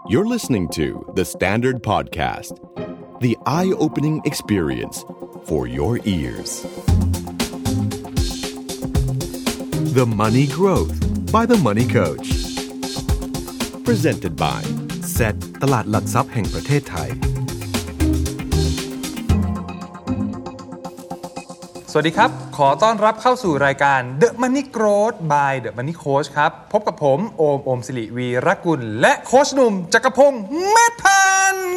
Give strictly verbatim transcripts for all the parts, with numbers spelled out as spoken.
You're listening to The Standard Podcast, the eye-opening experience for your ears. The Money Growth by The Money Coach. Presented by เซ็ต ตลาดหลักทรัพย์แห่งประเทศไทยสวัสดีครับขอต้อนรับเข้าสู่รายการ The Money Growth by The Money Coach ครับพบกับผมโอมโอมศิริวีรกุลและโค้ชหนุ่มจักรพงษ์เมธพันธ์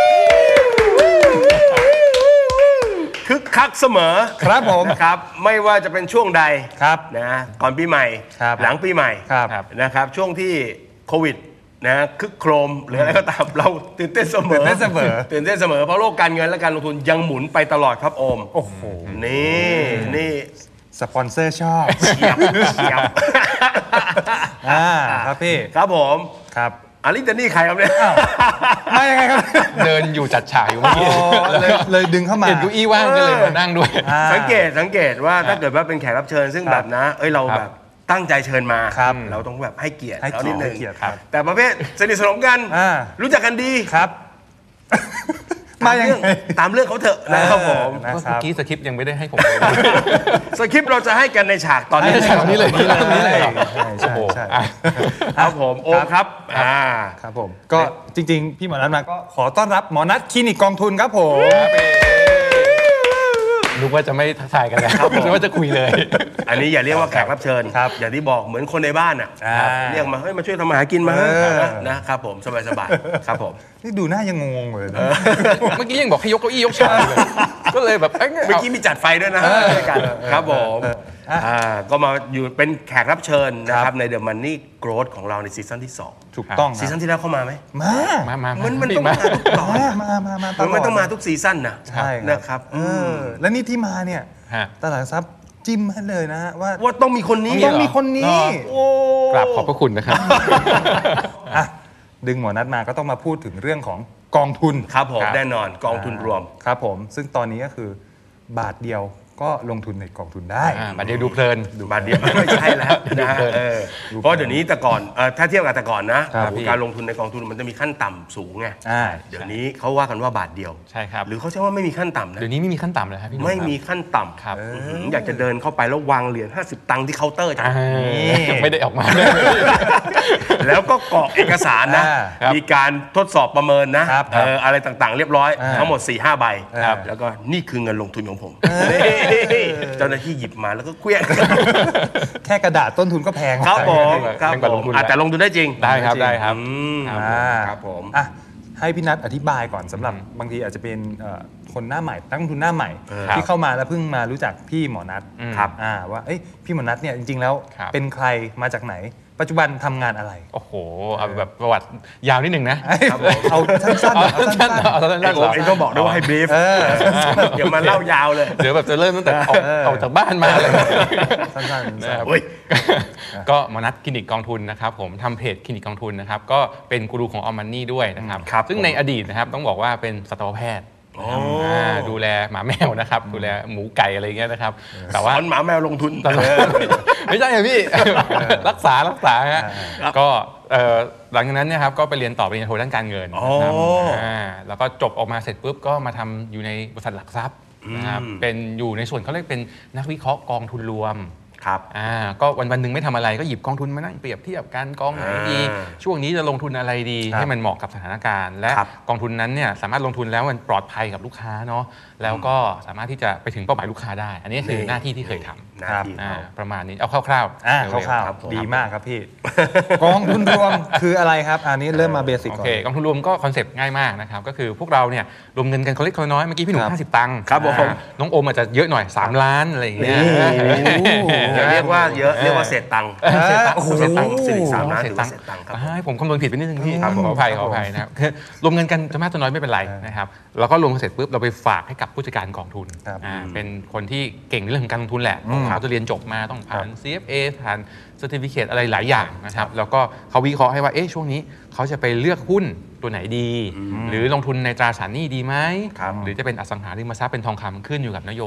คึกคักเสมอครับผมครับไม่ว่าจะเป็นช่วงใดครับนะก่อนปีใหม่หลังปีใหม่นะครับช่วงที่โควิดนะคึกโครมหรืออะไรก็ตามเราตื่นเต้นเสมอตื่นเต้นเสมอตื่นเต้นเสมอเพราะโลกการเงินและการลงทุนยังหมุนไปตลอดครับโอมโอ้โหนี่นี่สปอนเซอร์ชอบเฉียบเฉียบอ่าครับพี่ครับผมครับอาริตานี่ใครครับเนี่ยไม่ยังไงครับเดินอยู่จัดฉากอยู่เมื่อกี้เลยเลยดึงเข้ามาเห็นเก้าอี้ว่างก็เลยมานั่งด้วยสังเกตสังเกตว่าถ้าเกิดว่าเป็นแขกรับเชิญซึ่งแบบนะเอ้ยเราแบบตั้งใจเชิญมาเราต้องแบบให้เกียรติเขานิดนึงแต่ประเภทสนิทสนมกันรู้จักกันดีครับมาอย่างตามเรื่องเขาเถอะนะครับผมเมื่อกี้สคริปต์ยังไม่ได้ให้ผมเลยสคริปต์เราจะให้กันในฉากตอนนี้ฉากนี้เลยนี่เลยนี่เลยใช่ใช่ครับผมโอมครับอ่าครับผมก็จริงๆพี่หมอนัทมาก็ขอต้อนรับหมอนัทคลินิกกองทุนครับผมนึกว่าจะไม่ทักทายกันแล้วนึกว่าจะคุยเลยอันนี้อย่าเรียกว่าแขกรับเชิญอย่างที่บอกเหมือนคนในบ้านอ่ะเรียกมาเฮ้ยมาช่วยทำมาหากินมานะครับผมสบายๆครับผมนี่ดูหน้ายังงงเลยเมื่อกี้ยังบอกให้ยกเก้าอี้ยกชาเลยก็เลยแบบเมื่อกี้มีจัดไฟด้วยนะด้วยกันครับผมก็มาอยู่เป็นแขกรับเชิญนะครับใน The Money Growth ของเราในซีซั่นที่สองถูกต้องซีซั่นที่แล้วเข้ามาไหมมามามามันมันต้องมาทุกตอนมามามามันไม่ต้องมาทุกซีซั่นนะใช่นะครับแล้วนี่ที่มาเนี่ยตลาดทรัพย์จิ้มให้เลยนะว่าว่าต้องมีคนนี้ต้องมีคนนี้กราบขอบพระคุณนะครับดึงหมอนัดมาก็ต้องมาพูดถึงเรื่องของกองทุนครับผมแน่นอนกองทุนรวมครับผมซึ่งตอนนี้ก็คือบาทเดียวก็ลงทุนในกองทุนได้บาทเดียวดูเพลินบาทเดียวไม่ใช่แล้วนะเพราะเดี๋ยวนี้แต่ก่อนถ้าเทียบกับแต่ก่อนนะการลงทุนในกองทุนมันจะมีขั้นต่ำสูงไงเดี๋ยวนี้เขาว่ากันว่าบาทเดียวใช่ครับหรือเขาใช้ว่าไม่มีขั้นต่ำนะเดี๋ยวนี้ไม่มีขั้นต่ำเลยครับพี่ไม่มีขั้นต่ำครับอยากจะเดินเข้าไปแล้ววางเหรียญห้าสิบตังค์ที่เคาน์เตอร์จ้ะไม่ได้ออกมาแล้วก็กรอกเอกสารนะมีการทดสอบประเมินนะอะไรต่างๆเรียบร้อยทั้งหมด สี่ห้า ใบแล้วก็นี่คือเงินลงทุนของผมเจ้าหน้าที่หยิบมาแล้วก็เคลี้ยงแค่กระดาษต้นทุนก็แพงครับผมครับผมแต่ลงทุนได้จริงได้ครับได้ครับครับผมให้พี่นัทอธิบายก่อนสำหรับบางทีอาจจะเป็นคนหน้าใหม่นักลงทุนหน้าใหม่ที่เข้ามาแล้วเพิ่งมารู้จักพี่หมอนัทว่าพี่หมอนัทเนี่ยจริงๆแล้วเป็นใครมาจากไหนปัจจุบันทำงานอะไรโอ้โหเอาแบบประวัติยาวนิดหนึ่งนะเอาสั้นๆเอาสั้นๆเอาสั้นๆผมเองก็บอกด้วยว่าให้บรีฟอย่ามาเล่ายาวเลยเดี๋ยวแบบจะเริ่มตั้งแต่ออกจากบ้านมาเลยสั้นๆนะครับก็หมอนัทคลินิกกองทุนนะครับผมทำเพจคลินิกกองทุนนะครับก็เป็นกูรูของออมมันนี่ด้วยนะครับซึ่งในอดีตนะครับต้องบอกว่าเป็นสัตวแพทย์ดูแลหมาแมวนะครับดูแลหมูไก่อะไรเงี้ยนะครับแต่ว่าหมาแมวลงทุนไม่ใช่พี่รักษารักษาฮะก็หลังจากนั้นเนี่ยครับก็ไปเรียนต่อปริญญาโทด้านการเงินนะครับแล้วก็จบออกมาเสร็จปุ๊บก็มาทำอยู่ในบริษัทหลักทรัพย์นะครับเป็นอยู่ในส่วนเขาเรียกเป็นนักวิเคราะห์กองทุนรวมครับอ่าก็วันวันหนึ่งไม่ทำอะไรก็หยิบกองทุนมานั่งเปรียบเทียบกันกองไหนดีช่วงนี้จะลงทุนอะไรดีให้มันเหมาะกับสถานการณ์และกองทุนนั้นเนี่ยสามารถลงทุนแล้วมันปลอดภัยกับลูกค้าเนาะแล้วก็สามารถที่จะไปถึงเป้าหมายลูกค้าได้อันนี้คือหน้าที่ที่เคยทำครับประมาณนี้เอาคร่าวๆคร่าวๆดีมากครับพี่กองทุนรวมคืออะไรครับอันนี้เริ่มมาเบสิกก่อนโอเคกองทุนรวมก็คอนเซ็ปต์ง่ายมากนะครับก็คือพวกเราเนี่ยรวมเงินกันคนเล็กคนน้อยเมื่อกี้พี่หนุ่มห้าสิบตังค์ครับผมน้องโอมอาจจะเยอะหน่อยสามล้านอะไรอย่างเงี้ยเรียกว่าเยอะเรียกว่าเศษตังค์เศษตังค์เศษตังค์สี่สามล้านหรือว่าเศษตังค์ครับผมคำนวณผิดไปนิดนึงพี่ขออภัยขออภัยนะครับคือรวมเงินกันจะมากจะน้อยไม่เป็นไรนะครับแล้วก็รวมเสร็จปุ๊บเราไปฝากให้กับผู้จัดการกองทุนเป็นคนที่เก่งในเรื่องของการลงทุนแหละเขาจะเรียนจบมาต้องผ่าน ซี เอฟ เอ ผ่าน Certificate อะไรหลายอย่างนะครับแล้วก็เขาวิเคราะห์ให้ว่าเอ๊ะช่วงนี้เขาจะไปเลือกหุ้นตัวไหนดีหรือลงทุนในตราสารหนี้ดีไหมหรือจะเป็นอสังหาริมทรัพย์เป็นทองคำขึ้นอยู่กับนโยบาย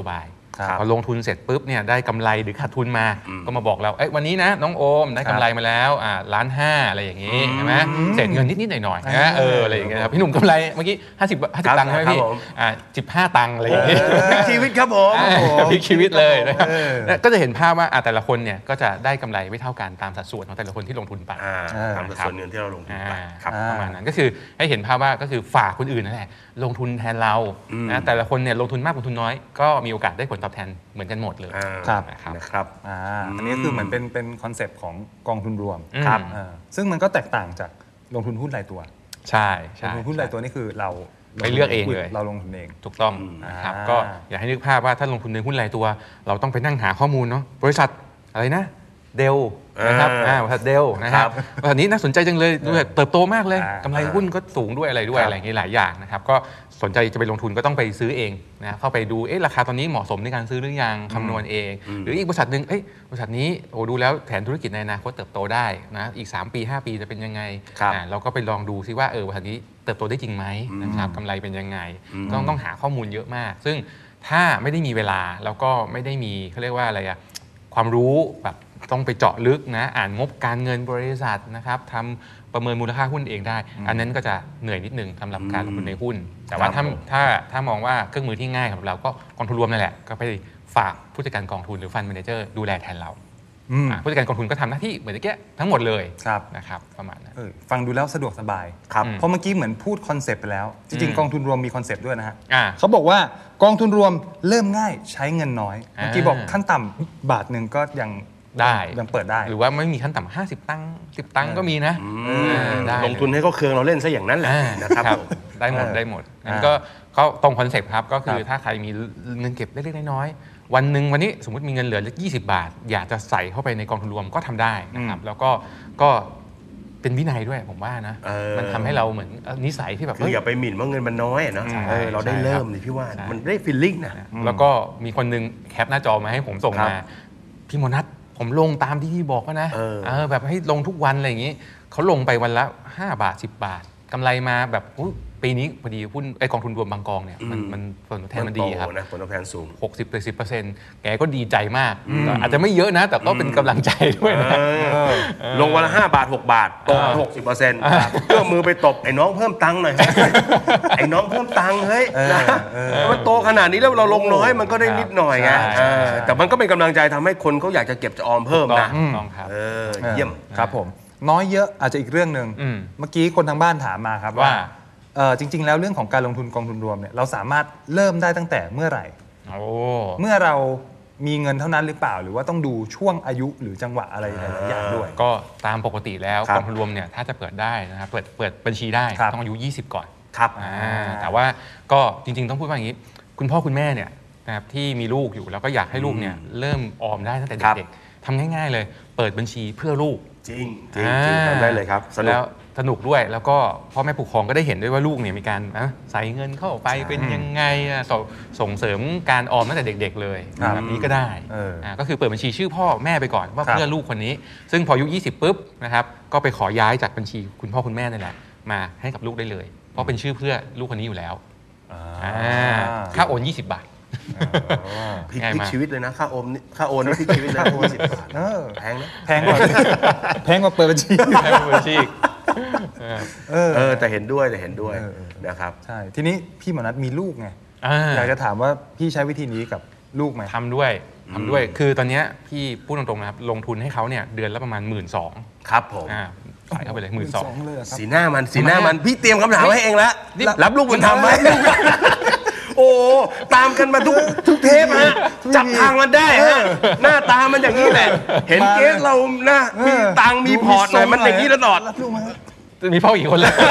พอลงทุนเสร็จปุ๊บเนี่ยได้กำไรหรือขาดทุนมาก็มาบอกเราเอ้ยวันนี้นะน้องโอมได้กำไรมาแล้วอ่าล้านห้าอะไรอย่างนี้ใช่ไหมเศษเงินนิดๆหน่อยๆนะเอออะไรอย่างเงี้ยพี่หนุ่มกำไรเมื่อกี้ห้าสิบ ห้าสิบตังค์ใช่ไหมพี่อ่าสิบห้าตังค์อะไรอย่างงี้ชีวิตครับผมพลิกชีวิตเลยก็จะเห็นภาพว่าแต่ละคนเนี่ยก็จะได้กำไรไม่เท่ากันตามสัดส่วนของแต่ละคนที่ลงทุนไปตามสัดส่วนเงินที่เราลงทุนไปประมาณนั้นก็คือให้เห็นภาพว่าก็คือฝากคนอื่นนั่นแหละลงทุนแทนเรานะแต่ละคนเนี่ยลงทุนมากลงทุนน้อยก็มีโอกาสได้ผลตอบแทนเหมือนกันหมดเลยครับนะครับอันนี้คือเหมือนเป็นเป็นคอนเซปต์ของกองทุนรวมครับซึ่งมันก็แตกต่างจากลงทุนหุ้นรายตัวใช่ลงทุนหุ้นรายตัวนี่คือเราไปเลือกเองเลยเราลงทุนเองถูกต้องนะครับก็อยากให้นึกภาพว่าถ้าลงทุนในหุ้นรายตัวเราต้องไปนั่งหาข้อมูลเนาะบริษัทอะไรนะเดลนะครับบริษัทเดลนะครับบริษัทนี้น่าสนใจจังเลยด้วยเติบโตมากเลยกำไรหุ้นก็สูงด้วยอะไรด้วยอะไรอย่างนี้หลายอย่างนะครับก็สนใจจะไปลงทุนก็ต้องไปซื้อเองนะเข้าไปดูเอ๊ะราคาตอนนี้เหมาะสมในการซื้อหรือยังคำนวณเองหรืออีกบริษัทนึงเอ๊ะบริษัทนี้โอ้ดูแล้วแผนธุรกิจในอนาคตเติบโตได้นะอีกสามปีห้าปีจะเป็นยังไงเราก็ไปลองดูซิว่าเออบริษัทนี้เติบโตได้จริงไหมนะครับกำไรเป็นยังไงต้องต้องหาข้อมูลเยอะมากซึ่งถ้าไม่ได้มีเวลาแล้วก็ไม่ได้มีเขาเรียกว่าอะไรอะความรู้แบบต้องไปเจาะลึกนะอ่านงบการเงินบริษัทนะครับทำประเมินมูลค่าหุ้นเองได้อันนั้นก็จะเหนื่อยนิดนึงสำหรับการลงทุนในหุ้นแต่ว่าถ้าถ้าถ้ามองว่าเครื่องมือที่ง่ายของเราก็กองทุนรวมนั่นแหละก็ไปฝากผู้จัดการกองทุนหรือฟันแมเนเจอร์ดูแลแทนเราผู้จัดการกองทุนก็ทำหน้าที่เหมือนที่แกทั้งหมดเลยนะครับประมาณนั้นฟังดูแล้วสะดวกสบายเพราะเมื่อกี้เหมือนพูดคอนเซปต์ไปแล้วจริงๆกองทุนรวมมีคอนเซปต์ด้วยนะฮะเขาบอกว่ากองทุนรวมเริ่มง่ายใช้เงินน้อยเมื่อกี้บอกขั้นต่ำบาทหนึ่งก็ยังได้ยังเปิดได้หรือว่าไม่มีขั้นต่ำห้าสิบตังค์สิบตังค์ก็มีนะลงทุนให้เขาเคืองเราเล่นซะอย่างนั้นแหละนะครับได้หมดได้หมดงั้นก็เขาตรงคอนเซ็ปต์ครับก็คือถ้าใครมีเงินเก็บเล็กๆน้อยๆวันหนึ่งวันนี้สมมติมีเงินเหลือยี่สิบบาทอยากจะใส่เข้าไปในกองทุนรวมก็ทำได้นะครับแล้วก็ก็เป็นวินัยด้วยผมว่านะมันทำให้เราเหมือนนิสัยที่แบบคืออย่าไปหมิ่นว่าเงินมันน้อยเนาะเราได้เริ่มเลยพี่ว่ามันได้ฟีลลิ่งนะแล้วก็มีคนนึงแคปหน้าจอมาให้ผมส่งมาพี่มนัสผมลงตามที่พี่บอกนะเออแบบให้ลงทุกวันอะไรอย่างนี้เขาลงไปวันละห้าบาทสิบบาทกำไรมาแบบปีนี้พอดีหุ้นไอกองทุนรวมบางกองเนี่ยมันมันผลตอบแทนมันดีครับนะผลตอบแทนสูงหกสิบถึงสิบเปอร์เซ็นต์ แกก็ดีใจมากอาจจะไม่เยอะนะแต่ก็เป็นกำลังใจด้วยนะลงวันละห้าบาทหกบาทโต หกสิบเปอร์เซ็นต์ เอื้อมมือไปตบไอ้น้องเพิ่มตังค์หน่อยไอ้น้องเพิ่มตังค์เฮ้ยมันโตขนาดนี้แล้วเราลงน้อยมันก็ได้นิดหน่อยไงแต่มันก็เป็นกำลังใจทำให้คนเขาอยากจะเก็บจะออมเพิ่มนะเยี่ยมครับผมน้อยเยอะอาจจะอีกเรื่องนึงเมื่อกี้คนทางบ้านถามมาครับว่าจริงๆแล้วเรื่องของการลงทุนกองทุนรวมเนี่ยเราสามารถเริ่มได้ตั้งแต่เมื่อไหร่เมื่อเรามีเงินเท่านั้นหรือเปล่าหรือว่าต้องดูช่วงอายุหรือจังหวะอะไรหลายๆอย่างด้วยก็ตามปกติแล้วกองทุนรวมเนี่ยถ้าจะเปิดได้นะครับเปิดเปิดบัญชีได้ต้องอายุยี่สิบก่อนครับแต่ว่าก็จริงๆต้องพูดว่าอย่างนี้คุณพ่อคุณแม่เนี่ยนะครับที่มีลูกอยู่แล้วก็อยากให้ลูกเนี่ยเริ่มออมได้ตั้งแต่เด็กๆทำง่ายๆเลยเปิดบัญชีเพื่อลูกจริงจริงจริงทำได้เลยครับแล้วสนุกด้วยแล้วก็พ่อแม่ผู้ปกครองก็ได้เห็นด้วยว่าลูกเนี่ยมีการใส่เงินเข้าไปเป็นยังไงส่งเสริมการออมตั้งแต่เด็กๆเลยแบบนี้ก็ได้ก็คือเปิดบัญชีชื่อพ่อแม่ไปก่อนว่าเพื่อลูกคนนี้ซึ่งพออายุยี่สิบปุ๊บนะครับก็ไปขอย้ายจากบัญชีคุณพ่อคุณแม่นั่นแหละมาให้กับลูกได้เลยเพราะเป็นชื่อเพื่อลูกคนนี้อยู่แล้วค่าโอนยี่สิบบาทพลิกชีวิตเลยนะค่าโอนค่าโอนนี่พลิกชีวิตเลยยี่สิบบาทแพงนะแพงกว่าแพงกว่าเปิดบัญชีแพงกว่าบัญชีเออแต่เห็นด้วยแต่เห็นด้วยนะครับใช่ทีนี้พี่หมอนัทมีลูกไงอยากจะถามว่าพี่ใช้วิธีนี้กับลูกไหมทำด้วยทำด้วยคือตอนนี้พี่พูดตรงๆนะครับลงทุนให้เขาเนี่ยเดือนละประมาณหมื่นสองครับผมใส่เข้าไปเลยหมื่นสองสีหน้ามันสีหน้ามันพี่เตรียมคำถามให้เองแล้วรับลูกบุญธรรมไหมโอ้ตามกันมาทุกทุกเทปฮะจับทางมันได้ฮะหน้าตามันอย่างนี้แหละเห็นเกสเราหน้ามีตังมีพอร์ตหน่อยมันอย่างนี้ตลอดมีพ่ออีกคนแล้ว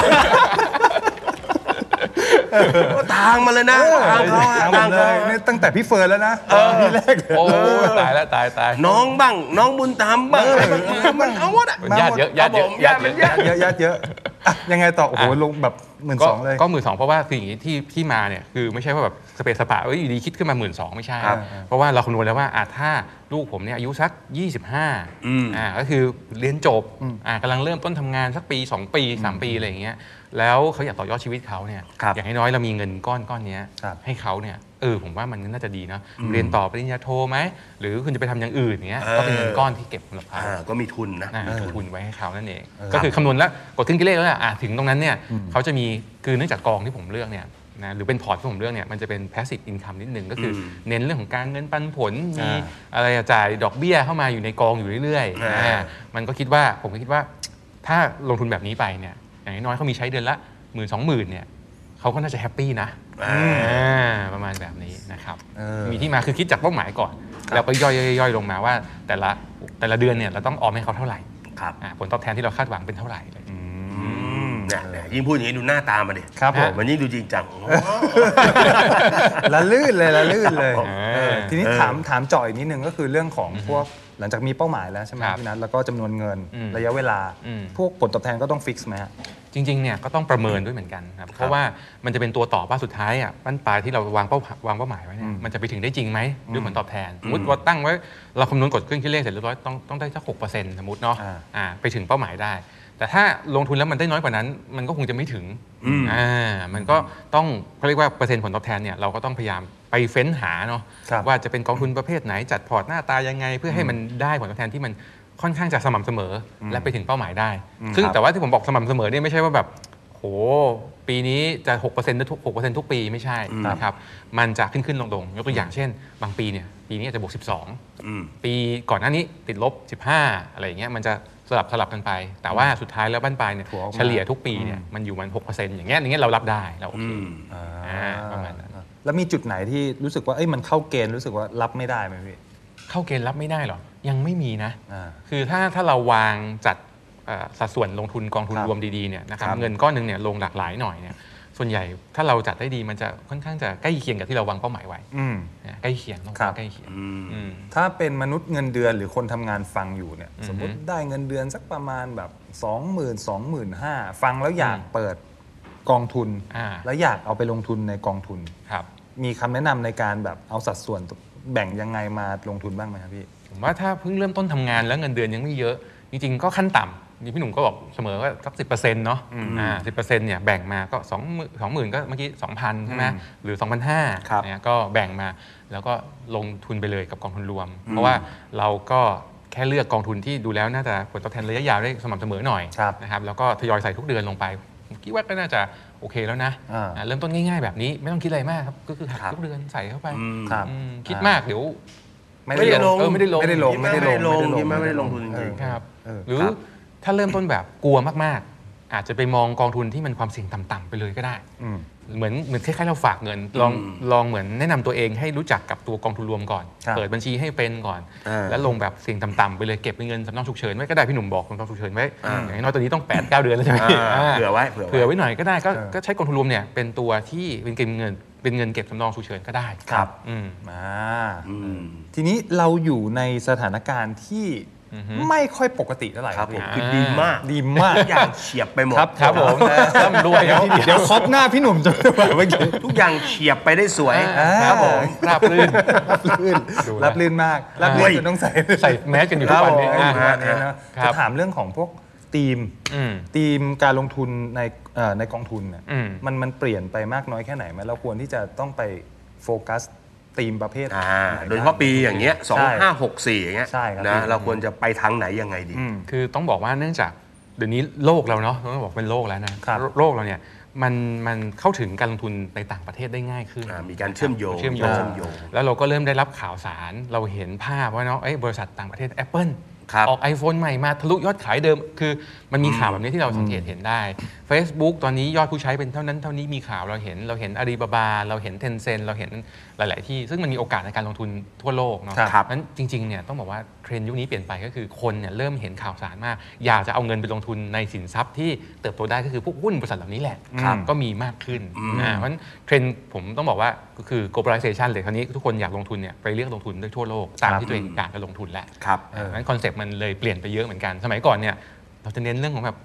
ทางมาเลยนะทางเขาทางเลยนี่ตั้งแต่พี่เฟิร์นแล้วนะที่แรกโอ้ตายแล้วตายตายน้องบ้างน้องบุญธรรมบ้างมันเอาหมดอ่ะญาติเยอะญาติเยอะญาติเยอะเยอะญาติเยอะยังไงต่อโอ้โหลงแบบหมื่นสองเลยก็หมื่นสองเพราะว่าคืออย่างนี้ที่ที่มาเนี่ยคือไม่ใช่ว่าแบบสเปซสปะเอ้ยอยู่ดีคิดขึ้นมา หนึ่งหมื่นสองพัน ไม่ใช่เพราะว่าเราคำนวณแล้วว่าถ้าลูกผมเนี่ยอายุสักยี่สิบห้าอ่าก็คือเรียนจบอ่ากำลังเริ่มต้นทำงานสักปีสองปีสามปีอะไรอย่างเงี้ยแล้วเขาอยากต่อยอดชีวิตเขาเนี่ยอย่างน้อยเรามีเงินก้อนก้อนนี้ให้เขาเนี่ยเออผมว่ามันน่าจะดีนะเรียนต่อปริญญาโทไหมหรือคุณจะไปทำอย่างอื่นเงี้ยก็เป็นเงินก้อนที่เก็บสำหรับเขาก็มีทุนนะมีทุนไว้ให้เขานั่นเองก็คือคำนวณแล้วกดขึ้นกิเลสแล้วอ่ะถึงตรงนั้นเนี่ยเขาจะมีคือเนื่องจากกองที่ผมเลือกเนี่ยนะหรือเป็นพอร์ตที่ผมเลือกเนี่ยมันจะเป็น passive income นิดนึงก็คือเน้นเรื่องของการเงินปันผลมีอะไรจ่ายดอกเบี้ยเข้ามาอยู่ในกองอยู่เรื่อยๆมันก็คิดว่าผมก็คิดว่าถ้าลงทุนแบบนี้ไปเนี่ยอย่างน้อยเขามีใช้เดือนละหมื่นสองหมื่นเนี่ยเขาก็น่าจะแฮปปี้นะประมาณแบบนี้นะครับมีที่มาคือคิดจากเป้าหมายก่อนแล้วก็ย่อยๆลงมาว่าแต่ละแต่ละเดือนเนี่ยเราต้องออมให้เขาเท่าไหร่ผลตอบแทนที่เราคาดหวังเป็นเท่าไหร่เนี่ยยิ่งพูดอย่างนี้ดูหน้าตามาดิครับผมมันยิ่งดูจริงจังละลื่นเลยละลื่นเลยทีนี้ถามถามเจาะอีกนิดนึงก็คือเรื่องของพวกหลังจากมีเป้าหมายแล้วใช่ไหมพี่นัทแล้วก็จำนวนเงินระยะเวลาพวกผลตอบแทนก็ต้องฟิกซ์ไหมฮะจริงๆเนี่ยก็ต้องประเมินด้วยเหมือนกันครับเพราะว่ามันจะเป็นตัวต่อว่าสุดท้ายอ่ะบั้นปลายที่เราวางเป้าวางเป้าหมายไว้เนี่ยมันจะไปถึงได้จริงไหมด้วยผลตอบแทนสมมติว่าตั้งไว้เราคำนวณกดเครื่องคิดเลขเสร็จเรียบร้อยต้องต้องได้สักหกเปอร์เซ็นต์สมมติเนาะอ่าไปถึงเป้าหมายได้แต่ถ้าลงทุนแล้วมันได้น้อยกว่านั้นมันก็คงจะไม่ถึงอ่ามันก็ต้องเขาเรียกว่าเปอร์เซ็นต์ผลตอบแทนเนี่ยเราก็ต้องพยายามไปเฟ้นหาเนาะว่าจะเป็นกองทุนประเภทไหนจัดพอร์ตหน้าตายังไงเพื่อให้มันได้ผลตอบแทนที่มันค่อนข้างจะสม่ำเสมอและไปถึงเป้าหมายได้ซึ่งแต่ว่าที่ผมบอกสม่ำเสมอเนี่ยไม่ใช่ว่าแบบโหปีนี้จะ หกเปอร์เซ็นต์ ทุก หกเปอร์เซ็นต์ ทุกปีไม่ใช่นะครับมันจะขึ้นขึ้นลงๆยกตัวอย่างเช่นบางปีเนี่ยปีนี้อาจจะบวกสิบสองปีก่อนหน้านี้ติดลบสิบห้าอะไรอย่างเงี้ยมันจะสลับสลับกันไปแต่ว่าสุดท้ายแล้วบั้นปลายเนี่ยเฉลี่ยทุกปีเนี่ยมันอยู่มัน หกเปอร์เซ็นต์ อย่างเงี้ยอย่างเงี้ยเรารับได้เราโอเคประมาณนั้นแล้วมีจุดไหนที่รู้สึกว่าเอ้ยมันเข้าเกณฑ์รู้สึกว่ารับไม่ได้ไหมพี่เข้าเกณฑ์รับไม่ได้หรอยังไม่มีนะคือถ้าถ้าเราวางจัดสัดส่วนลงทุนกองทุนรวมดีๆเนี่ยนะครับเงินก้อนนึงเนี่ยลงหลากหลายหน่อยเนี่ยส่วนใหญ่ถ้าเราจัดได้ดีมันจะค่อนข้างจะใกล้เคียงกับที่เราวางเป้าหมายไว้ใกล้เคียงต้องใกล้เคียงถ้าเป็นมนุษย์เงินเดือนหรือคนทำงานฟังอยู่เนี่ยสมมติได้เงินเดือนสักประมาณแบบสองหมื่น สองหมื่นห้าพัน ฟังแล้วอยากเปิดกองทุนแล้วอยากเอาไปลงทุนในกองทุนมีคำแนะนำในการแบบเอาสัดส่วนแบ่งยังไงมาลงทุนบ้างไหมครับพี่ผมว่าถ้าเพิ่งเริ่มต้นทำงานแล้วเงินเดือนยังไม่เยอะจริงๆก็ขั้นต่ำนี่พี่หนุ่มก็บอกเสมอว่าสักสิบเปอร์เซ็นต์เนาะอ่าสิบเปอร์เซ็นต์เนี่ยแบ่งมาก็สองสองหมื่นก็เมื่อกี้สองพันใช่ไหมหรือสองพันห้าเนี่ยก็แบ่งมาแล้วก็ลงทุนไปเลยกับกองทุนรวมเพราะว่าเราก็แค่เลือกกองทุนที่ดูแล้วน่าจะผลตอบแทนระยะยาวได้สม่ำเสมอหน่อยนะครับแล้วก็ทยอยใส่ทุกเดือนลงไปคิดว่าก็น่าจะโอเคแล้วนะเริ่มต้นง่ายๆแบบนี้ไม่ต้องคิดอะไรมากครับก็คือหักทุกเดือนใส่เข้าไปคิดมากเดี๋ยวไม่ได้ลงไม่ได้ลงไม่ได้ลงไม่ได้ลงไม่ได้ลงทุนจริงครับหรือถ้าเริ่มต้นแบบกลัวมากๆอาจจะไปมองกองทุนที่มันความเสี่ยงต่ำๆไปเลยก็ได้เหมือนเหมือนคล้ายๆเราฝากเงินลองลองเหมือนแนะนำตัวเองให้รู้จักกับตัวกองทุนรวมก่อนเปิดบัญชีให้เป็นก่อนแล้วลงแบบเสี่ยงต่ำๆไปเลยเก็บเงินสำรองฉุกเฉินไว้ก็ได้พี่หนุ่มบอกสำรองฉุกเฉินไว้อย่างน้อยตอนนี้ต้อง แปด เก้า เดือนแล้วใช่ไหมเผื่อไว้เผื่อไว้หน่อยก็ได้ก็ใช้กองทุนรวมเนี่ยเป็นตัวที่เป็นเก็บเงินเป็นเงินเก็บสำรองฉุกเฉินก็ได้ครับมาทีนี้เราอยู่ในสถานการณ์ที่ไม่ค่อยปกติเท่าไหร่ครับผมคือดีมากดีมากทุกอย่างเฉียบไปหมดครับผมร่ำรวยเดี๋ยวครอบหน้าพี่หนุ่มจะเมื่อกี้ทุกอย่างเฉียบไปได้สวยครับผมราบลื่นราบลื่นราบลื่นมากราบลื่นจนต้องใส่ใส่แมสกันอยู่ทุกวันนี้นะจะถามเรื่องของพวกทีมทีมการลงทุนในในกองทุนเนี่ยมันมันเปลี่ยนไปมากน้อยแค่ไหนไหมเราควรที่จะต้องไปโฟกัสทีมประเภทโดยเฉพาะปีอย่างเงี้ยสองพันห้าร้อยหกสิบสี่อย่างเงี้ยนะเราควรจะไปทางไหนยังไงดีคือต้องบอกว่าเนื่องจากเดี๋ยวนี้โลกเราเนาะต้องบอกเป็นโลกแล้วนะโลกเราเนี่ยมันมันเข้าถึงการลงทุนในต่างประเทศได้ง่ายขึ้นมีการเชื่อมโยงเชื่อมโยงแล้วเราก็เริ่มได้รับข่าวสารเราเห็นภาพว่าเนาะบริษัทต่างประเทศ Appleออก iPhone ใหม่มาทะลุยอดขายเดิมคือมันมีข่าวแบบนี้ที่เราสังเกตเห็นได้ Facebook ตอนนี้ยอดผู้ใช้เป็นเท่านั้นเท่านี้มีข่าวเราเห็นเราเห็น Alibaba เราเห็น Tencent เราเห็นหลายๆที่ซึ่งมันมีโอกาสในการลงทุนทั่วโลกเนาะนั้นจริงๆเนี่ยต้องบอกว่าเทรนด์ยุคนี้เปลี่ยนไปก็คือคนเนี่ยเริ่มเห็นข่าวสารมากอยากจะเอาเงินไปลงทุนในสินทรัพย์ที่เติบโตได้ก็คือพวกหุ้นบริษัทเหล่านี้แหละก็มีมากขึ้นอ่าเพราะฉะนั้นเทรนด์ผมต้องบอกว่าก็คือ globalization เลยคราวนี้ทุกคนอยากลงทุนเนี่ยไปเลือกลงทุนได้ทั่วโลกตามที่ตัวเองอยากจะลงทุนแล้วเพราะฉะนั้นคอนเซ็ปต์มันเลยเปลี่ยนไปเยอะเหมือนกันสมัยก่อนเนี่ยเราจะเน้นเรื่องของแบบโอ้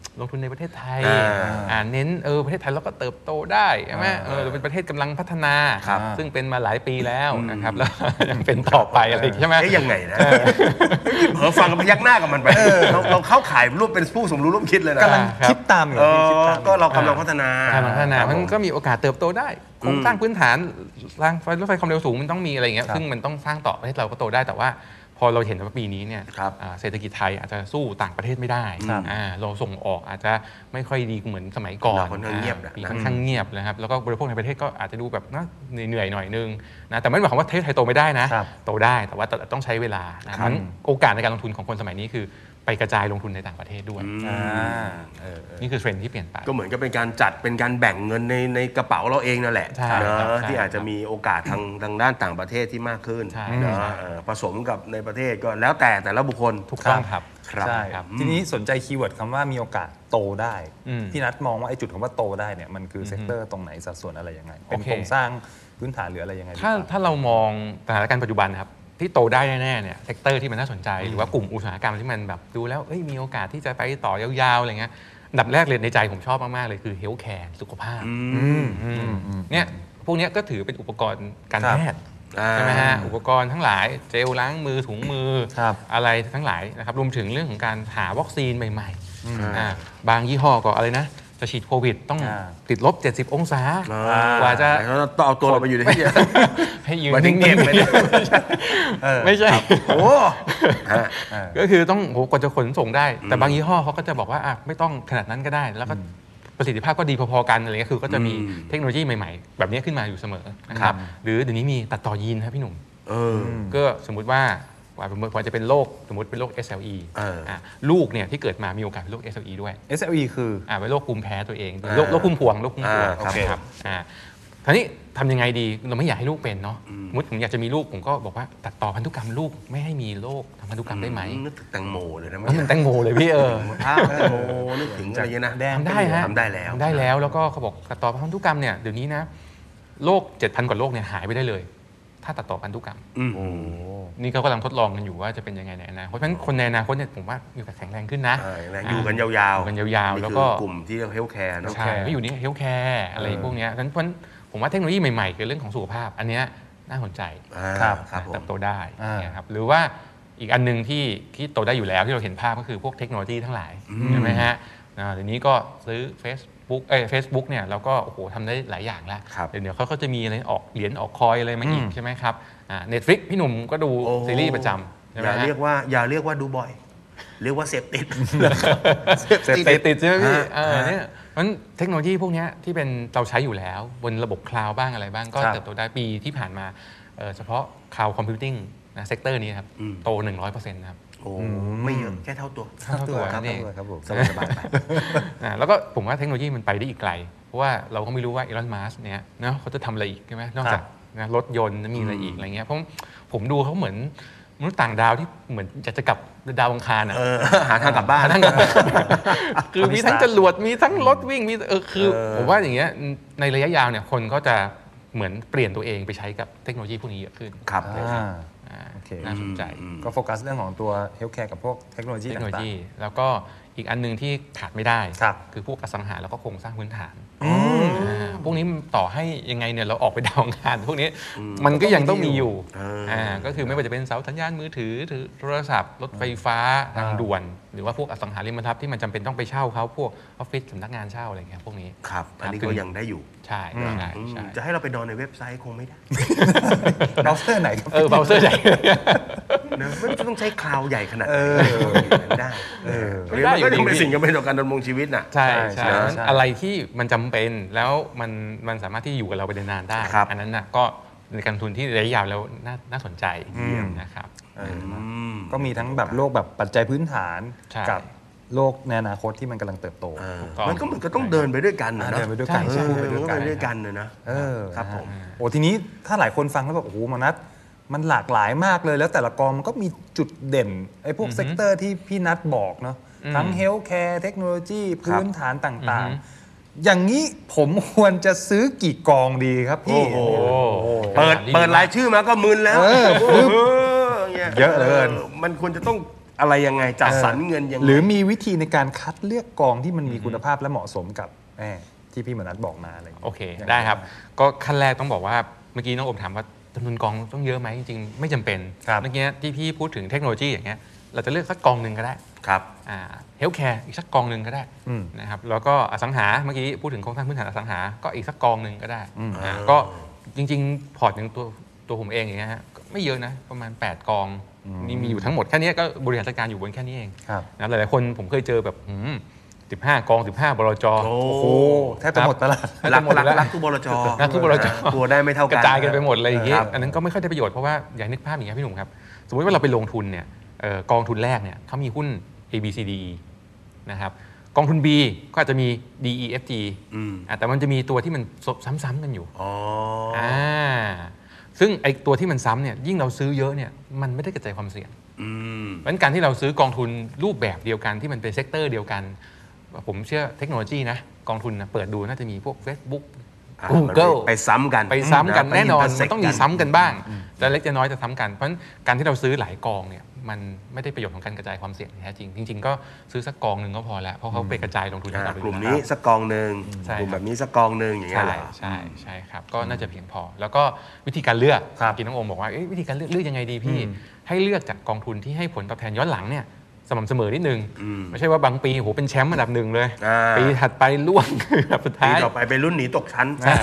ลงทุนในประเทศไทยอ่าเน้นเออประเทศไทยเราก็เติบโตได้ใช่ไหมเออเราเป็นประเทศกำลังพัฒนาซึ่งเป็นมาหลายปีแล้วนะครับแล้วยังเป็นต่อไปอะไรใช่ไหมเอ๊ะยังไงนะเผลอฟังกับพยักหน้ากับมันไปเราเข้าขายรูปเป็นผู้สมรู้ร่วมคิดเลยนะกำลังคิดตามอยู่ก็เรากำลังพัฒนากำลังพัฒนามันก็มีโอกาสเติบโตได้โครงสร้างพื้นฐานรางรถไฟความเร็วสูงมันต้องมีอะไรเงี้ยซึ่งมันต้องสร้างต่อประเทศเราก็โตได้แต่ว่าพอเราเห็นว่าปีนี้เนี่ยเศรษฐกิจไทยอาจจะสู้ต่างประเทศไม่ได้เราส่งออกอาจจะไม่ค่อยดีเหมือนสมัยก่อนค่อนข้างเงียบปีค่อนข้างเงียบนะครับแล้วก็บริโภคในประเทศก็อาจจะดูแบบเหนื่อยๆหน่อยนึงนะแต่ไม่ได้หมายความว่าประเทศไทยโตไม่ได้นะโตได้แต่ว่าต้องใช้เวลานะมันโอกาสในการลงทุนของคนสมัยนี้คือไปกระจายลงทุนในต่างประเทศด้วยนี่คือเทรนด์ที่เปลี่ยนไปก็เหมือนกับเป็นการจัดเป็นการแบ่งเงินในในกระเป๋าเราเองนั่นแหละนะที่อาจจะมีโอกาสทางทางด้านต่างประเทศที่มากขึ้นนะผสมกับในประเทศก็แล้วแต่แต่ละบุคคลถูกต้องครับใช่ครับทีนี้สนใจคีย์เวิร์ดคำว่ามีโอกาสโตได้พี่นัทมองว่าไอ้จุดคำว่าโตได้เนี่ยมันคือเซกเตอร์ตรงไหนสัดส่วนอะไรยังไงเป็นโครงสร้างพื้นฐานหรืออะไรยังไงถ้าถ้าเรามองสถานการณ์ปัจจุบันครับที่โตได้แน่ๆเนี่ยเซกเตอร์ที่มันน่าสนใจหรือว่ากลุ่มอุตสาหกรรมที่มันแบบดูแล้วมีโอกาสที่จะไปต่อยาวๆอะไรเงี้ยอันดับแรกเลยในใจผมชอบมากๆเลยคือเฮลท์แคร์สุขภาพเนี่ยพวกนี้ก็ถือเป็นอุปกรณ์การแพทย์ใช่ไหมฮะอุปกรณ์ทั้งหลายเจลล้างมือถุงมืออะไรทั้งหลายนะครับรวมถึงเรื่องของการหาวัคซีนใหม่ๆบางยี่ห้อก็อะไรนะจะฉีดโควิดต้องติดลบเจ็ดสิบองศากว่าจะต้องเอาตัวเราไปอยู่ในที่ให้ยืนนิ่งๆไม่ใช่โอ้ก็คือต้องโหกว่าจะขนส่งได้แต่บางยี่ห้อเขาก็จะบอกว่าไม่ต้องขนาดนั้นก็ได้แล้วก็ประสิทธิภาพก็ดีพอๆกันอะไรเงี้ยคือก็จะมีเทคโนโลยีใหม่ๆแบบนี้ขึ้นมาอยู่เสมอนะครับหรือเดี๋ยวนี้มีตัดต่อยีนครับพี่หนุ่มก็สมมุติว่าว่าจะเป็นโรคสมมติเป็นโรค เอส แอล อี ลูกเนี่ยที่เกิดมามีโอกาสเป็นโรค เอส แอล อี ด้วยเอส แอล อี คืออ่าเป็นโรคภูมิแพ้ตัวเองโรคโรคภูมิพวงโรคภูมิพวงครับอ่าคราวนี้ทำยังไงดีเราไม่อยากให้ลูกเป็นเนาะสมมติผมอยากจะมีลูกผมก็บอกว่าตัดต่อพันธุกรรมลูกไม่ให้มีโรคทางพันธุกรรมได้ไหมนึกถึงแตงโมเลยนะมันแตงโมเลยพี่เออแตงโมนึกถึงอะไรเงี้ยนะทำได้ฮะทำได้แล้วทำได้แล้วแล้วก็เขาบอกตัดต่อพันธุกรรมเนี่ยเดี๋ยวนี้นะโรค เจ็ดพัน กว่าโรคเนี่ยหายไปได้เลยถ้าตัดต่อพันธุกรรมนี่เขากำลังทดลองกันอยู่ว่าจะเป็นยังไงในอนาคตเพราะฉะนั้นคนในอนาคตเนี่ยผมว่าอยู่กับแข็งแรงขึ้นนะอยู่กันยาวๆกันยาวๆแล้วก็กลุ่มที่เฮลท์แคร์ใช่ไม่อยู่นี่เฮลท์แคร์อะไรพวกนี้เพราะฉะนั้นผมว่าเทคโนโลยีใหม่ๆคือเรื่องของสุขภาพอันนี้น่าสนใจเติบโตได้นะครับหรือว่าอีกอันนึงที่ที่โตได้อยู่แล้วที่เราเห็นภาพก็คือพวกเทคโนโลยีทั้งหลายใช่ไหมฮะเดี๋ยวนี้ก็ซื้อ Facebook เอ้ย Facebook เนี่ยเราก็โอ้โหทำได้หลายอย่างแล้วเดี๋ยวเขาก็จะมีอะไรออกเหรียญออกคอยอะไรมาอีกใช่ไหมครับอ่า Netflix พี่หนุ่มก็ดูซีรีส์ประจำอย่าเรียกว่าอย่าเรียกว่าดูบ่อยเรียกว่าเสพติดเสพติดใช่ไหมพี่เออเนี่ยเพราะเทคโนโลยีพวกนี้ที่เป็นเราใช้อยู่แล้วบนระบบคลาวด์บ้างอะไรบ้างก็เติบโตได้ปีที่ผ่านมาเฉพาะคลาวด์คอมพิวติ้งนะเซกเตอร์นี้ครับโต หนึ่งร้อยเปอร์เซ็นต์ นะครับโอ้ไม่เยอะแค่เท่าตัวเท่าตัวนี่ครับผมสบายไปแล้วก็ผมว่าเทคโนโลยีมันไปได้อีกไกลเพราะว่าเราก็ไม่รู้ว่าอีลอนมัสก์เนี่ยเนาะเขาจะทำอะไรอีกใช่ไหมนอกจากรถยนต์มีอะไรอีกอะไรเงี้ยเพราะผมดูเขาเหมือนมนุษย์ต่างดาวที่เหมือนจะจะกลับดาวอังคารอ่ะหาทางกลับบ้านคือมีทั้งจรวดมีทั้งรถวิ่งมีเออคือผมว่าอย่างเงี้ยในระยะยาวเนี่ยคนก็จะเหมือนเปลี่ยนตัวเองไปใช้กับเทคโนโลยีพวกนี้เยอะขึ้นครับน่าสนใจก็โฟกัสเรื่องของตัวเฮลท์แคร์กับพวกเทคโนโลยีต่างๆแล้วก็อีกอันนึงที่ขาดไม่ได้คือพวกอสังหาแล้วก็โครงสร้างพื้นฐานพวกนี้ต่อให้ยังไงเนี่ยเราออกไปดาวอังคารพวกนี้มันก็ยังต้องมีอยู่ก็คือไม่ว่าจะเป็นเสาสัญญาณมือถือถือโทรศัพท์รถไฟฟ้าทางด่วนหรือว่าพวกอสังหาริมทรัพย์ที่มันจำเป็นต้องไปเช่าเขาพวกออฟฟิศสำนักงานเช่าอะไรเงี้ยพวกนี้ครับอันนี้ก็ยังได้อยู่ใช่จะให้เราไปนอนในเว็บไซต์คงไม่ได้เบราว์เซอร์ไหนเออเบราว์เซอร์ใหญ่นะไม่ต้องใช้คลาวด์ใหญ่ขนาดนั้นได้ไม่ได้ก็ต้องเป็นสิ่งจำเป็นต่อการดำรงชีวิตน่ะใช่ใช่อะไรที่มันจำเป็นแล้วมันมันสามารถที่อยู่กับเราไปนานๆได้อันนั้นน่ะก็ในการลงทุนที่ระยะยาวแล้วน่าสนใจนะครับก็มีทั้งแบบโลกแบบปัจจัยพื้นฐานกับโลกในอนาคตที่มันกำลังเติบโตมันก็มันก็ต้องเดินไปด้วยกันนะเดินไปด้วยกันไปด้วยกันเลยนะครับผมโอ้ทีนี้ถ้าหลายคนฟังแล้วแบบโอ้โหมานัทมันหลากหลายมากเลยแล้วแต่ละกองมันก็มีจุดเด่นไอ้พวกเซกเตอร์ที่พี่นัทบอกเนาะทั้งเฮลท์แคร์เทคโนโลยีพื้นฐานต่างๆอย่างนี้ผมควรจะซื้อกี่กองดีครับพี่เปิดเปิดรายชื่อมาก็มึนแล้วเยอะเลยมันควรจะต้องอะไรยังไงจัดสรรเงินยังไงหรือมีวิธีในการคัดเลือกกองที่มันมีคุณภาพและเหมาะสมกับที่พี่มนัสบอกมาอะไรอย่างเงี้ยโอเคได้ครับก็ขั้นแรกต้องบอกว่าเมื่อกี้น้องอมถามว่าจำนวนกองต้องเยอะไหมจริงๆไม่จำเป็นเมื่อกี้ที่พี่พูดถึงเทคโนโลยีอย่างเงี้ยเราจะเลือกสักกองหนึ่งก็ได้ครับอ่าเฮลท์แคร์อีกสักกองหนึ่งก็ได้นะครับแล้วก็อสังหาเมื่อกี้พูดถึงโครงสร้างพื้นฐานอสังหาก็อีกสักกองหนึ่งก็ได้อ่าก็จริงๆพอร์ตอย่างตัวตัวผมเองอย่างเงี้ยฮะไม่เยอะนะประมาณแปดกองนี่มีอยู่ทั้งหมดแค่นี้ก็บริหารจัดการอยู่บนแค่นี้เองนะหลายๆคนผมเคยเจอแบบสิบห้ากองสิบห้าบลจโอ้โหแทบจะหมดตลาดรักรักทุกบลจรักทุกบลจกลัวได้ไม่เท่ากันกระจายกันไปหมดอะไรอย่างเงี้ยอันนั้นก็ไม่ค่อยได้ประโยชน์เพราะว่าอย่างนึกภาพอย่างเงี้ยพี่หนุ่มครับสมมติว่าเราไปลงทุนเนี่ยกองทุนแรกเนี่ยเขามีหุ้น A B C D E นะครับกองทุน B ก็อาจจะมี D E F G แต่มันจะมีตัวที่มันซ้ำๆกันอยู่อ๋ออ่าซึ่งไอ้ตัวที่มันซ้ำเนี่ยยิ่งเราซื้อเยอะเนี่ยมันไม่ได้กระจายความเสี่ยงเพราะฉะนั้นการที่เราซื้อกองทุนรูปแบบเดียวกันที่มันเป็นเซกเตอร์เดียวกันผมเชื่อเทคโนโลยีนะกองทุนนะเปิดดูน่าจะมีพวก Facebook Google ไปซ้ำกันไปซ้ำกันแน่นอนมันต้องมีซ้ำกันบ้างแต่เล็กจะน้อยจะซ้ำกันเพราะฉะนั้นการที่เราซื้อหลายกองเนี่ยมันไม่ได้ประโยชน์ของการกระจายความเสี่ยงแท้จริงจริงๆก็ซื้อสักกองหนึ่งก็พอแล้วเพราะเขาไปกระจายลงทุนกลุ่มนี้สักกองหนึ่งกลุ่มแบบนี้สักกองหนึ่งอย่างเงี้ยเหรอใช่ใช่ครับก็น่าจะเพียงพอแล้วก็วิธีการเลือกกินน้องโอมบอกว่าวิธีการเลือกเลือกยังไงดีพี่ให้เลือกจากกองทุนที่ให้ผลตอบแทนย้อนหลังเนี่ยสม่ำเสมอนิดนึงไม่ใช่ว่าบางปีโหเป็นแชมป์อันดับหนึ่งเลยปีถัดไปล่วงอันดับสุดท้ายปีต่อไปเป็นรุ่นหนีตกชั้น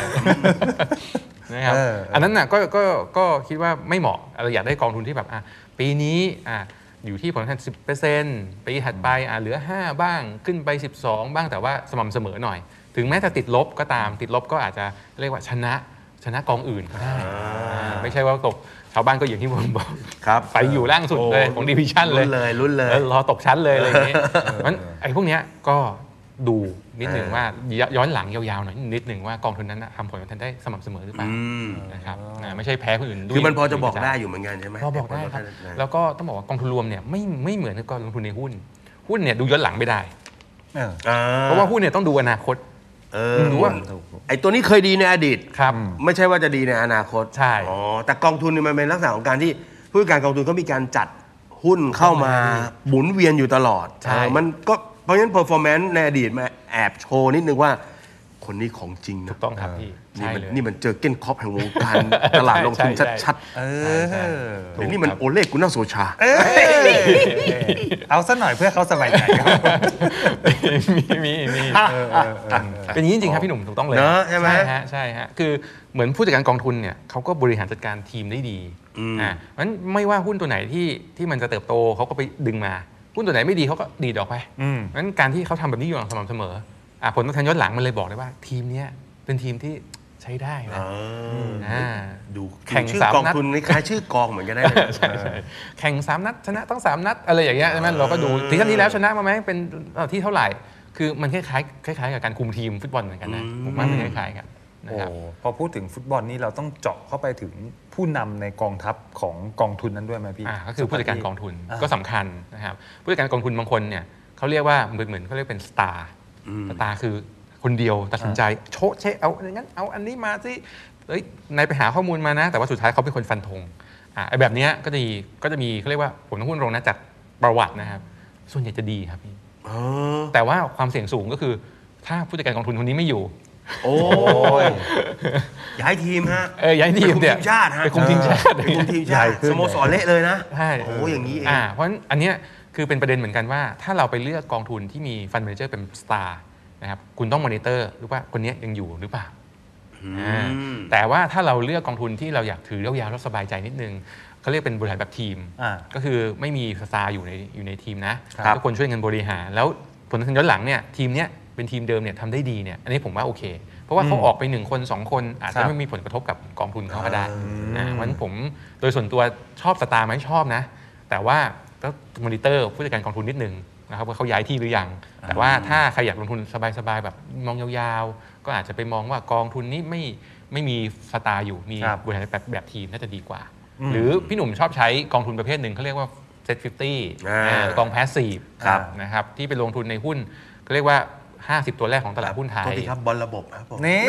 นะครับอันนั้นน่ะก็ก็ก็คิดว่าไม่เหมาะเราอยากได้กองทุนที่แบบอ่ะปีนี้อ่ะอยู่ที่ผลตอบแทน สิบเปอร์เซ็นต์ ปีถัดไปอ่ะเหลือห้าบ้างขึ้นไปสิบสองบ้างแต่ว่าสม่ำเสมอหน่อยถึงแม้จะติดลบก็ตามติดลบก็อาจจะเรียกว่าชนะชนะกองอื่นก็ได้ไม่ใช่ว่าตกชาวบ้านก็อย่างที่ผมบอกไปอยู่ล่างสุดเลยของดิวิชั่นเลยลุ้นเลยลุ้นเลยรอตกชั้นเลยอะไรอย่างนี้เพราะฉะนั้นไอ้พวกนี้ก็ดูนิดหนึ่งว่าย้อนหลังยาวๆหน่อยนิดหนึ่งว่ากองทุนนั้นทำผลตอบแทนได้สม่ำเสมอหรือเปล่านะครับไม่ใช่แพ้คนอื่นด้วยคือมันพอจะบอกได้อยู่เหมือนกันใช่ไหมพอบอกได้ครับแล้วก็ต้องบอกว่ากองทุนรวมเนี่ยไม่ไม่เหมือนกับกองลงทุนในหุ้นหุ้นเนี่ยดูย้อนหลังไม่ได้เพราะว่าหุ้นเนี่ยต้องดูอนาคตดูว่าไอ้ตัวนี้เคยดีในอดีตครับไม่ใช่ว่าจะดีในอนาคตใช่อ๋อแต่กองทุนเนี่ยมันเป็นลักษณะของการที่ผู้จัดการกองทุนเขามีการจัดหุ้นเข้ามาหมุนเวียนอยู่ตลอดมันก็เพราะฉะนั้น performance ในอดีตมาแอบโชว์นิดนึงว่าคนนี้ของจริงนะถูกต้องครับพี่ใช่เลยนี่มันเจอเก้นคอปแห่งวงการตลาดลงทุนชัดๆเออเดี๋ยวนี้มันโอเล่กุน่าโซชาเอาซะหน่อยเพื่อเขาสบายใจมีมีมีเป็นอย่างนี้จริงๆครับพี่หนุ่มถูกต้องเลยใช่ไหมใช่ฮะใช่ฮะคือเหมือนผู้จัดการกองทุนเนี่ยเขาก็บริหารจัดการทีมได้ดีอ่าเพราะฉะนั้นไม่ว่าหุ้นตัวไหนที่ที่มันจะเติบโตเขาก็ไปดึงมาหุ้นตัวไหนไม่ดีเขาก็ดีดออกไปเพราะฉะนั้นการที่เขาทำแบบนี้อยู่อย่างสม่ำเสมอผลตอบแทนย้อนหลังมันเลยบอกได้ว่าทีมนี้เป็นทีมที่ใช้ได้นะดูแข่งชื่อกองทุนคล้ายชื่อกองเหมือนกันได้เลยแข่งสามนัดชนะต้องสามนัดอะไรอย่างเงี้ยใช่ไหมเราก็ดูทีนี้แล้วชนะมาไหมเป็นที่เท่าไหร่คือมันคล้ายๆคล้ายๆกับการคุมทีมฟุตบอลเหมือนกันนะผมว่ามันคล้ายๆกันนะครับพอพูดถึงฟุตบอลนี่เราต้องเจาะเข้าไปถึงผู้นำในกองทัพของกองทุนนั้นด้วยไหมพี่ก็คือผู้จัดการกองทุนก็สำคัญนะครับผู้จัดการกองทุนบางคนเนี่ยเขาเรียกว่าเหมือนเหมือนเขาเรียกเป็นสตาร์สตาร์คือคนเดียวตัดสินใจโชว์เชเอาอย่างนั้นเอาอันนี้มาสิเอ้ยนายไปหาข้อมูลมานะแต่ว่าสุดท้ายเขาเป็นคนฟันธงอ่าไอ้แบบนี้ก็จะมีก็จะมีเขาเรียกว่าผมต้องพูดตรงนะจากประวัตินะครับส่วนใหญ่จะดีครับพี่แต่ว่าความเสี่ยงสูงก็คือถ้าผู้จัดการกองทุนคนนี้ไม่อยู่โอ้ยย้ายทีมฮะเออย้ายทีมเนี่ยไปคุมทีมชาติฮะไปคุมทีมชาติไปคุมทีมชาติสโมสรเละเลยนะใช่โอ้อย่างนี้เองอ่าเพราะฉะนั้นอันเนี้ยคือเป็นประเด็นเหมือนกันว่าถ้าเราไปเลือกกองทุนที่มีฟันแมเนเจอร์เป็นสตาร์นะครับคุณต้องมอนิเตอร์หรือว่าคนนี้ยังอยู่หรือเปล่าแต่ว่าถ้าเราเลือกกองทุนที่เราอยากถือยาวๆแล้วสบายใจนิดนึงเขาเรียกเป็นบริหารแบบทีมก็คือไม่มีสตาร์อยู่ในอยู่ในทีมนะทุกคนช่วยกันบริหารแล้วผลตอบแทนย้อนหลังเนี่ยทีมเนี้ยเป็นทีมเดิมเนี่ยทำได้ดีเนี่ยอันนี้ผมว่าโอเคเพราะว่าเขาออกไปหนึ่งคนสองคนอาจจะไม่มีผลกระทบกับกองทุนเขาก็ได้นะเพราะฉะนั้นผมโดยส่วนตัวชอบสตาร์ไหมชอบนะแต่ว่าต้องมอนิเตอร์ผู้จัดการกองทุนนิดนึงนะครับว่าเขาย้ายที่หรือยังแต่ว่าถ้าใครอยากลงทุนสบายๆแบบมองยาวๆก็อาจจะไปมองว่ากองทุนนี้ไม่ไม่มีสตาร์อยู่มีบริหารแบบแบบทีมน่าจะดีกว่าหรือพี่หนุ่มชอบใช้กองทุนประเภทหนึ่งเขาเรียกว่าเซ็ตห้าสิบกองแพสซีฟนะครับที่ไปลงทุนในหุ้นเขาเรียกว่าห้าสิบตัวแรกของตลาดหุ้นไทยโทษทีครับบอลระบบครับผมนี่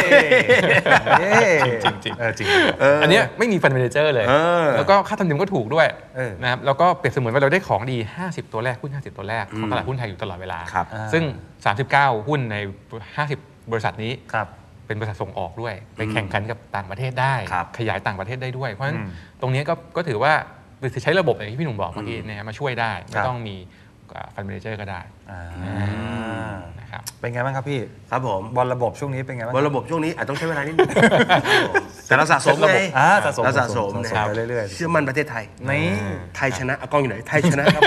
จริงจริงจริงอันนี้ไม่มีฟันเมเนเจอร์เลยแล้วก็ค่าธรรมเนียมก็ถูกด้วยนะครับแล้วก็เปรียบเสมือนว่าเราได้ของดีห้าสิบตัวแรกหุ้นห้าสิบตัวแรกของตลาดหุ้นไทยอยู่ตลอดเวลาซึ่งสามสิบเก้าหุ้นในห้าสิบบริษัทนี้เป็นบริษัทส่งออกด้วยไปแข่งขันกับต่างประเทศได้ขยายต่างประเทศได้ด้วยเพราะฉะนั้นตรงนี้ก็ก็ถือว่าใช้ระบบอย่างที่พี่หนุ่มบอกเมื่อกี้เนี่ยมาช่วยได้ไม่ต้องมีฟันเมเนเจอร์ก็ได้นะครับเป็นไงบ้างครับพี่ครับผมบอลระบบช่วงนี้เป็นไงบ้างบอลระบบช่วงนี้อาจต้องใช้เวลานิดนึงแต่เราสะสมไงเราสะสมไปเรื่อยๆเชื่อมั่นประเทศไทยนี่ไทยชนะกล้องอยู่ไหนไทยชนะครับ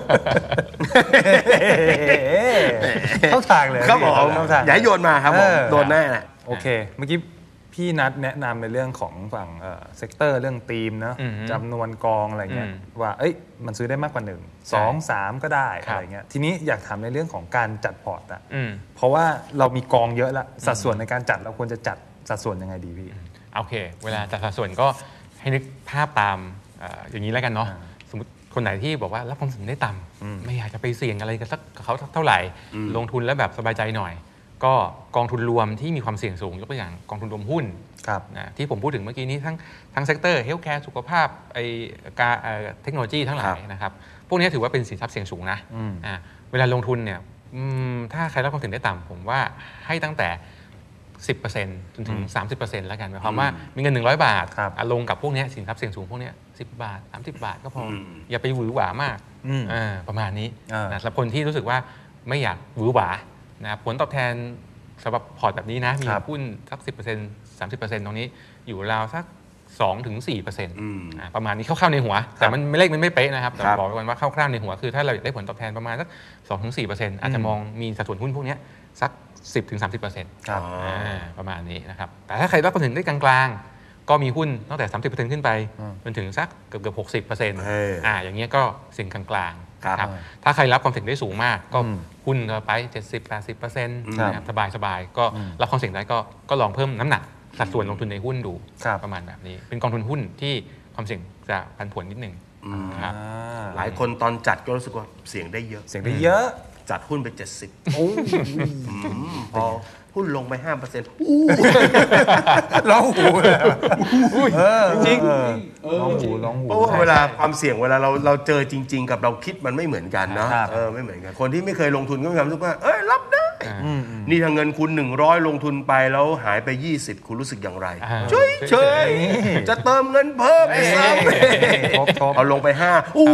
เข้าทางเลยครับผมอย่าโยนมาครับผมโดนแน่แหละโอเคเมื่อกี้พี่นัทแนะนำในเรื่องของฝั่งเซกเตอร์เรื่องธีมเนาะจำนวนกองอะไรเงี้ยว่าเอ้ยมันซื้อได้มากกว่าหนึ่งสองสามก็ได้อะไรเงี้ยทีนี้อยากถามในเรื่องของการจัดพอร์ตอ่ะเพราะว่าเรามีกองเยอะละสัดส่วนในการจัดเราควรจะจัดสัดส่วนยังไงดีพี่โอเคเวลาจัดสัดส่วนก็ให้นึกภาพตามอย่างนี้แล้วกันเนาะสมมติคนไหนที่บอกว่ารับความเสี่ยงได้ต่ำไม่อยากจะไปเสี่ยงอะไรกับเขาเท่าไหร่ลงทุนแล้วแบบสบายใจหน่อยก็กองทุนรวมที่มีความเสี่ยงสูงยกตัวอย่างกองทุนรวมหุ้นนะที่ผมพูดถึงเมื่อกี้นี้ทั้งทั้งเซกเตอร์เฮลท์แคร์สุขภาพไอการเทคโนโลยีทั้งหลายนะครับพวกนี้ถือว่าเป็นสินทรัพย์เสี่ยงสูงนะอ่าเวลาลงทุนเนี่ยถ้าใครรับความเสี่ยงได้ต่ำผมว่าให้ตั้งแต่ สิบเปอร์เซ็นต์ จนถึง สามสิบเปอร์เซ็นต์ แล้วกันหมายความว่ามีเงินหนึ่งร้อยบาทลงกับพวกนี้สินทรัพย์เสี่ยงสูงพวกนี้สิบบาทสามสิบบาทก็พออย่าไปหวือหวามากประมาณนี้นะสำหรับคนที่รู้สึกว่าไม่อยากหวือหวานะผลตอบแทนสำหรับพอร์ตแบบนี้นะมีหุ้นสัก สิบเปอร์เซ็นต์ สามสิบเปอร์เซ็นต์ ตรงนี้อยู่ราวสัก สองถึงสี่เปอร์เซ็นต์ อ่าประมาณนี้คร่าวๆในหัวแต่มันไม่เลขมันไม่เป๊ะนะครับแต่บอกไว้ก่อนว่าคร่าวๆในหัวคือถ้าเราอยากได้ผลตอบแทนประมาณสัก สองถึงสี่เปอร์เซ็นต์ อาจจะมองมีสัดส่วนหุ้นพวกนี้สัก สิบถึงสามสิบเปอร์เซ็นต์ครับอ่าประมาณนี้นะครับแต่ถ้าใครรับความเสี่ยงได้กลางๆก็มีหุ้นตั้งแต่ สามสิบเปอร์เซ็นต์ ขึ้นไปจนถึงสักเกือบๆ หกสิบเปอร์เซ็นต์ อ่าอย่างเงี้ยก็เสี่ยงกลางๆครับถ้าใครรับความเสี่ยงได้สูงมากก็หุ้นก็ไป เจ็ดสิบถึงแปดสิบเปอร์เซ็นต์ นะครับสบายๆก็รับความเสี่ยงได้ก็ก็ลองเพิ่มน้ำหนักสัดส่วนลงทุนในหุ้นดูประมาณแบบนี้เป็นกองทุนหุ้นที่ความเสี่ยงจะผันผวนนิดนึงครับหลายคนตอนจัดก็รู้สึกว่าเสี่ยงได้เยอะเสี่ยงได้เยอะจัดหุ้นไปเจ็ดสิบโอ้พอหุ้นลงไป ห้าเปอร์เซ็นต์ร้องหูจริงร้องหูร้องหูเพราะว่าเวลาความเสี่ยงเวลาเราเราเจอจริงๆกับเราคิดมันไม่เหมือนกันเนาะเออไม่เหมือนกันคนที่ไม่เคยลงทุนก็มีความรู้สึกว่าเอ้ยรับได้นี่ถ้าเงินคุณหนึ่งร้อยลงทุนไปแล้วหายไปยี่สิบคุณรู้สึกอย่างไรเฉยๆจะเติมเงินเพิ่มไปซ้ำเอาลงไปห้าอู้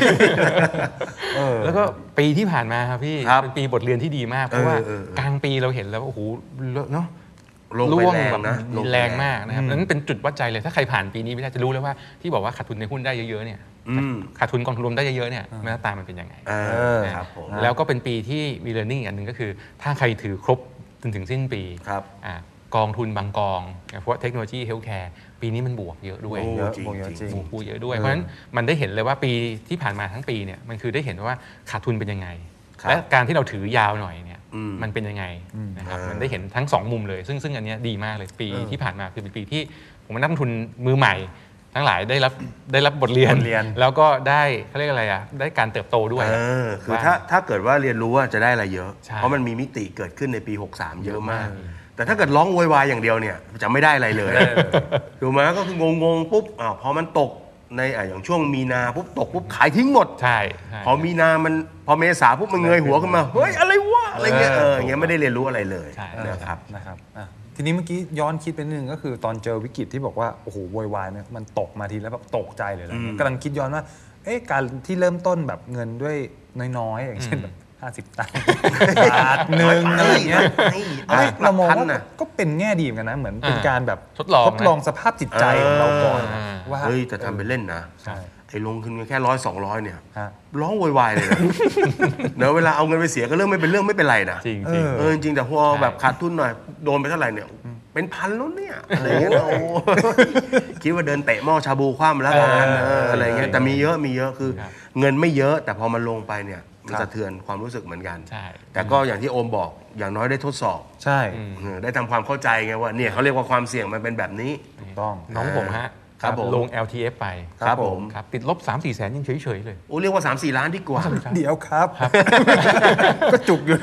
แล้วก็ปีที่ผ่านมาครับพี่เป็นปีบทเรียนที่ดีมากเพราะว่ากลางปีเราเห็นแล้วโอ้โหเนาะล่วงแบบนะแรงมากนะครับนั้นเป็นจุดวัดใจเลยถ้าใครผ่านปีนี้ไม่ได้จะรู้แล้วว่าที่บอกว่าขาดทุนในหุ้นได้เยอะๆเนี่ยขาดทุนกองทุนรวมได้เยอะๆเนี่ยหน้าตามันเป็นยังไงแล้วก็เป็นปีที่มี learning อันนึงก็คือถ้าใครถือครบจนถึงสิ้นปีกองทุนบางกองเพราะเทคโนโลยีเฮลท์แคร์ปีนี้มันบวกเยอะด้วยเยอะบวกเยอะจริงบวกเยอะด้วยเพราะฉะนั้นมันได้เห็นเลยว่าปีที่ผ่านมาทั้งปีเนี่ยมันคือได้เห็นว่าขาดทุนเป็นยังไงและการที่เราถือยาวหน่อยเนี่ยมันเป็นยังไงนะครับมันได้เห็นทั้งสองมุมเลยซึ่งซึ่งอันนี้ดีมากเลยปีที่ผ่านมาคือเป็นปีที่ผมเป็นนักลงทุนมือใหม่ทั้งหลายได้รับได้รับบทเรียนแล้วก็ได้เขาเรียกอะไรอ่ะได้การเติบโตด้วยคือถ้าถ้าเกิดว่าเรียนรู้ว่าจะได้อะไรเยอะเพราะมันมีมิติเกิดขึ้นในปีหกสิบสามเยอะมากแต่ถ้าเกิดร้องโวยวายอย่างเดียวเนี่ยจะไม่ได้อะไรเลยถูกไหมก็คืองงๆปุ๊บอ่าพอมันตกในอย่างช่วงมีนาปุ๊บตกปุ๊บขายทิ้งหมดใช่พอมีนามันพอเมษาปุ๊บมันเงยหัวขึ้นมาเฮ้ยอะไรวะอะไรเงี้ยเอออย่างเงี้ยไม่ได้เรียนรู้อะไรเลยนะครับนะครับทีนี้เมื่อกี้ย้อนคิดไปนิดนึงก็คือตอนเจอวิกฤตที่บอกว่าโอ้โหโวยวายเนี่ยมันตกมาทีแล้วแบบตกใจเลยอะไรเงี้ยกำลังคิดย้อนว่าเอ๊ะการที่เริ่มต้นแบบเงินด้วยน้อยๆอย่างเช่นแบบห้าสิบตังค์บาทหนึ่งอะไรอย่างเงี้ยเรามองว่าก็เป็นแง่ดีเหมือนกันนะเหมือนเป็นการแบบทดลองทดลองสภาพจิตใจของเราก่อนว่าเฮ้ยแต่ทำไปเล่นนะไอ้ลงทุนแค่ร้อยสองร้อยเนี่ยร้องโวยวายเลยนะเดี๋ยวเวลาเอาเงินไปเสียก็เรื่องไม่เป็นเรื่องไม่เป็นไรนะจริงจริงเออจริงแต่พอแบบขาดทุนหน่อยโดนไปเท่าไหร่เนี่ยเป็นพันแล้วเนี่ยอะไรเงี้ยโอ้คิดว่าเดินเตะหม้อชาบูคว่ำแล้วกันอะไรเงี้ยแต่มีเยอะมีเยอะคือเงินไม่เยอะแต่พอมันลงไปเนี่ยมันสะเทือนความรู้สึกเหมือนกันแต่ก็อย่างที่โอมบอกอย่างน้อยได้ทดสอบใช่ได้ทำความเข้าใจไงว่าเนี่ยเขาเรียกว่าความเสี่ยงมันเป็นแบบนี้ถูกต้องน้องผมฮะลง แอล ที เอฟ ไปครับผมครับติดลบ สามสี่ แสนยังเฉยๆเลยโอ้เรียกว่า สามสี่ ล้านดีกว่าเดี๋ยวครับก็จุกอยู่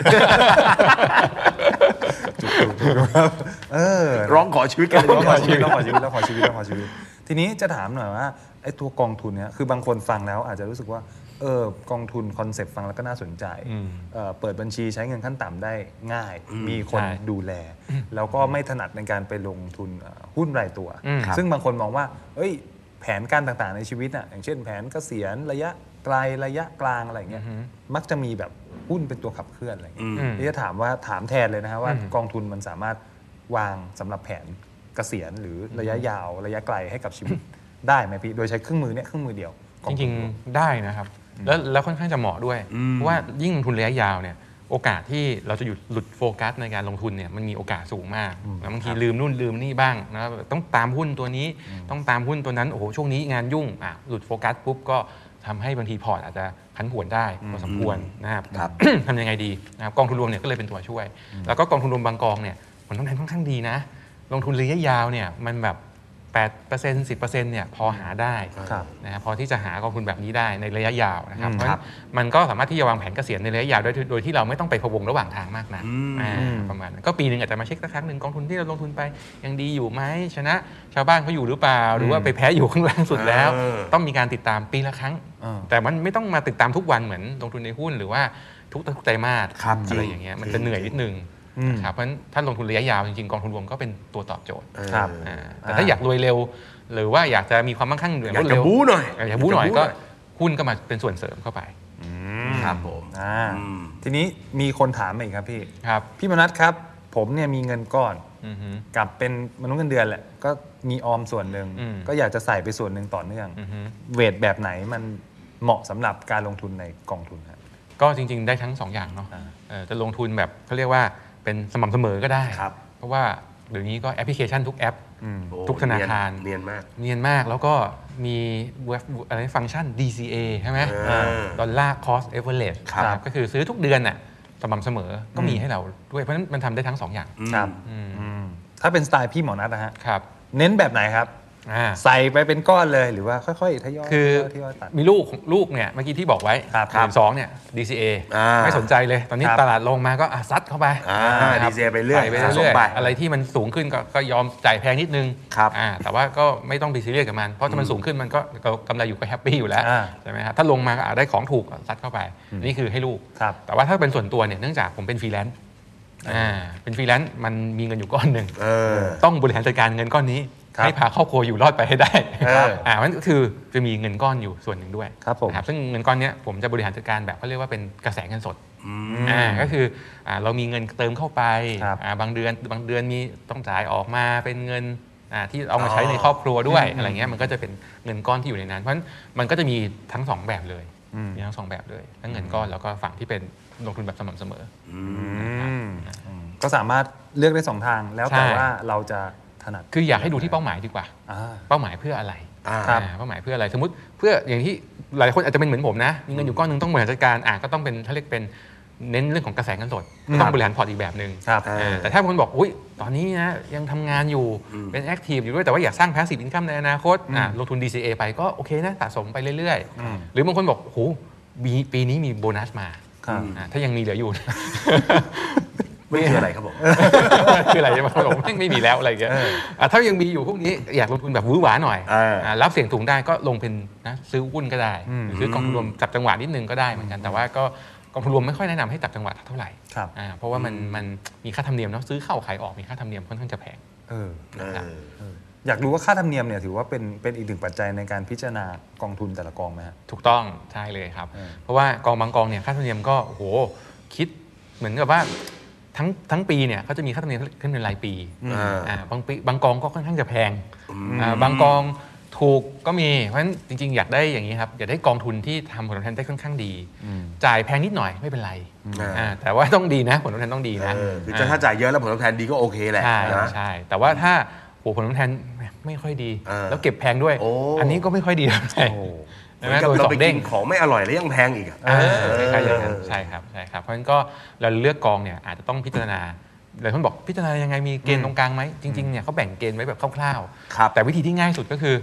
จุกๆครับเออร้องขอชีวิตกันร้องขอชีวิตร้องขอชีวิตร้องขอชีวิตร้องขอชีวิตทีนี้จะถามหน่อยว่าไอ้ตัวกองทุนเนี้ยคือบางคนฟังแล้วอาจจะรู้สึกว่าเออกองทุนคอนเซ็ปต์ฟังแล้วก็น่าสนใจเ, เปิดบัญชีใช้เงินขั้นต่ำได้ง่ายมีคนดูแลแล้วก็ไม่ถนัดในการไปลงทุนหุ้นรายตัวซึ่งบางคนมองว่าเอ้ยแผนการต่างๆในชีวิตอ่ะอย่างเช่นแผนเกษียณระยะไกลระยะกลางอะไรเงี้ยมักจะมีแบบหุ้นเป็นตัวขับเคลื่อนอะไรเงี้ยที่จะถามว่าถามแทนเลยนะฮะว่ากองทุนมันสามารถวางสำหรับแผนเกษียณหรือระยะยาวระยะไกลให้กับชีวิตได้ไหมพี่โดยใช้เครื่องมือเนี่ยเครื่องมือเดียวจริงๆได้นะครับแล้วแล้วค่อนข้างจะเหมาะด้วยเพราะว่ายิ่งลงทุนระยะยาวเนี่ยโอกาสที่เราจะหยุดหลุดโฟกัสในการลงทุนเนี่ยมันมีโอกาสสูงมากแล้วบางทีลืมนู่นลืมนี่บ้างนะต้องตามหุ้นตัวนี้ต้องตามหุ้นตัวนั้นโอ้โหช่วงนี้งานยุ่งอ่ะหลุดโฟกัสปุ๊บก็ทำให้บางทีพอร์ตอาจจะผันผวนได้พอสมควรนะครับ ทำยังไงดีนะครับกองทุนรวมเนี่ยก็เลยเป็นตัวช่วยแล้วก็กองทุนรวมบางกองเนี่ยผลตอบแทนค่อนข้างดีนะลงทุนระยะยาวเนี่ยมันแบบแปดเปอร์เซ็นต์ สิบเปอร์เซ็นต์ เนี่ยพอหาได้นะครับพอที่จะหากองทุนแบบนี้ได้ในระยะยาวนะครับเพราะมันก็สามารถที่จะวางแผนเกษียณในระยะยาวโดยที่เราไม่ต้องไปพะวงระหว่างทางมากนักประมาณนั้นก็ปีนึงอาจจะมาเช็คสักครั้งนึงกองทุนที่เราลงทุนไปยังดีอยู่ไหมชนะชาวบ้านเขาอยู่หรือเปล่าหรือว่าไปแพ้อยู่ข้างล่างสุดแล้วต้องมีการติดตามปีละครั้งแต่มันไม่ต้องมาติดตามทุกวันเหมือนลงทุนในหุ้นหรือว่าทุกไตรมาสอะไรอย่างเงี้ยมันจะเหนื่อยนิดนึงครับเพราะฉะนั้นถ้าลงทุนระยะยาวจริงๆกองทุนรวมก็เป็นตัวตอบโจทย์แต่ถ้าอยากรวยเร็วหรือว่าอยากจะมีความมั่งคั่งอยากจะบู๊หน่อยอยากจะบู๊หน่อยก็หุ้นก็มาเป็นส่วนเสริมเข้าไปครับผมทีนี้มีคนถามมาอีกครับพี่ครับพี่มนัสครับผมเนี่ยมีเงินก้อนกับเป็นมนุษย์เงินเดือนแหละก็มีออมส่วนหนึ่งก็อยากจะใส่ไปส่วนหนึ่งต่อเนื่องเวทแบบไหนมันเหมาะสำหรับการลงทุนในกองทุนครับก็จริงๆได้ทั้งสองอย่างเนาะจะลงทุนแบบเขาเรียกว่าเป็นสม่ำเสมอก็ได้เพราะว่าเดี๋ยวนี้ก็แอปพลิเคชันทุกแอปทุกธนาคารเนียนมากเนียนมากแล้วก็มีอะไรฟังก์ชัน ดี ซี เอ ใช่ไหมดอลลาร์คอสเอเวอเรจก็คือซื้อทุกเดือนน่ะสม่ำเสมอก็มีให้เราด้วยเพราะฉะนั้นมันทำได้ทั้งสองอย่างครับถ้าเป็นสไตล์พี่หมอนัทนะฮะครับเน้นแบบไหนครับใส่ไปเป็นก้อนเลยหรือว่าค่อยๆทยอยคือมีลูกลูกเนี่ยเมื่อกี้ที่บอกไว้หนึ่งสองเนี่ย ดี ซี เอ ไม่สนใจเลยตอนนี้ตลาดลงมาก็ซัดเข้าไปดี ซี เอ ไปเรื่อยไปเรื่อยอะไรที่มันสูงขึ้นก็ยอมจ่ายแพงนิดนึงแต่ว่าก็ไม่ต้องไปซีเรียสกับมันเพราะถ้ามันสูงขึ้นมันก็กำไรอยู่ก็แฮปปี้อยู่แล้วใช่ไหมครับถ้าลงมาก็ได้ของถูกซัดเข้าไปนี่คือให้ลูกแต่ว่าถ้าเป็นส่วนตัวเนี่ยเนื่องจากผมเป็นฟรีแลนซ์เป็นฟรีแลนซ์มันมีเงินอยู่ก้อนหนึ่งต้องบริหารจัดการเงินก้อนนี้ให้พาครอบครัวอยู่รอดไปให้ได้อ่ามันก็คือจะมีเงินก้อนอยู่ส่วนหนึ่งด้วยครับผมซึ่งเงินก้อนนี้ผมจะบริหารจัดการแบบเขาเรียกว่าเป็นกระแสเงินสดอ่าก็คืออ่าเรามีเงินเติมเข้าไปอ่าบางเดือนบางเดือนมีต้องจ่ายออกมาเป็นเงินอ่าที่เอามาใช้ในครอบครัวด้วยอะไรเงี้ยมันก็จะเป็นเงินก้อนที่อยู่ในนั้นเพราะฉะนั้นมันก็จะมีทั้งสองแบบเลยมีทั้งสองแบบเลยทั้งเงินก้อนแล้วก็ฝั่งที่เป็นลงทุนแบบสม่ำเสมอก็สามารถเลือกได้สองทางแล้วแต่ว่าเราจะคืออยากให้ดูที่เป้าหมายดีกว่าเป้าหมายเพื่ออะไรเป้าหมายเพื่ออะไรสมมติเพื่ออย่างที่หลายคนอาจจะเป็นเหมือนผมนะมีเงินอยู่ก้อนนึงต้องบริหารจัดการอ่ะก็ต้องเป็นถ้าเรียกเป็นเน้นเรื่องของกระแสเงินสดต้องบริหารพอร์ตอีกแบบนึงแต่ถ้าคนบอกอุ้ยตอนนี้นะยังทำงานอยู่เป็นแอคทีฟอยู่ด้วยแต่ว่าอยากสร้าง passive income ในอนาคตลงทุน ดี ซี เอ ไปก็โอเคนะสะสมไปเรื่อยๆหรือบางคนบอกโหปีนี้มีโบนัสมาถ้ายังมีเหลืออยู่ไม่คืออะไรครับผมคืออะไรมาผมไม่มีแล้วอะไรอย่างเงี้ยถ้ายังมีอยู่พวกนี้อยากลงทุนแบบวื้อหวาหน่อยรับเสี่ยงสูงได้ก็ลงเป็นนะซื้อหุ้นก็ได้ซื้อกองทุนรวมจับจังหวะนิดนึงก็ได้เหมือนกันแต่ว่าก็กองทุนรวมไม่ค่อยแนะนำให้จับจังหวะเท่าไหร่เพราะว่ามันมันมีค่าธรรมเนียมเนาะซื้อเข้าขายออกมีค่าธรรมเนียมค่อนข้างจะแพงอยากรู้ว่าค่าธรรมเนียมเนี่ยถือว่าเป็นเป็นอีกหนึ่งปัจจัยในการพิจารณากองทุนแต่ละกองไหมฮะถูกต้องใช่เลยครับเพราะว่ากองบางกองเนี่ยค่าธรรมเนียมก็โอ้โหคิดเหมือนกับว่าทั้งทั้งปีเนี่ยเขาจะมีค่าธรรมเนียมขึ้นเป็นรายปีอ่าบางปีบางกองก็ค่อนข้างจะแพงอ่าบางกองถูกก็มีเพราะฉะนั้นจริงๆอยากได้อย่างนี้ครับอยากได้กองทุนที่ทำผลตอบแทนได้ค่อนข้างดีจ่ายแพงนิดหน่อยไม่เป็นไรอ่าแต่ว่าต้องดีนะผลตอบแทนต้องดีนะคือถ้าจ่ายเยอะแล้วผลตอบแทนดีก็โอเคแหละใช่ใช่แต่ว่าถ้าโหผลตอบแทนไม่ค่อยดีแล้วเก็บแพงด้วยอันนี้ก็ไม่ค่อยดีเท่าไหร่เราไปกินของไม่อร่อยแล้วยังแพงอีกอ่ะใช่ใช่ครับใช่ครับเพราะฉะนั้นก็เราเลือกกองเนี่ยอาจจะต้องพิจารณาหลายคนบอกพิจารณายังไงมีเกณฑ์ตรงกลางไหมจริงๆเนี่ยเขาแบ่งเกณฑ์ไว้แบบคร่าวๆแต่วิธีที่ง่ายสุดก็คือ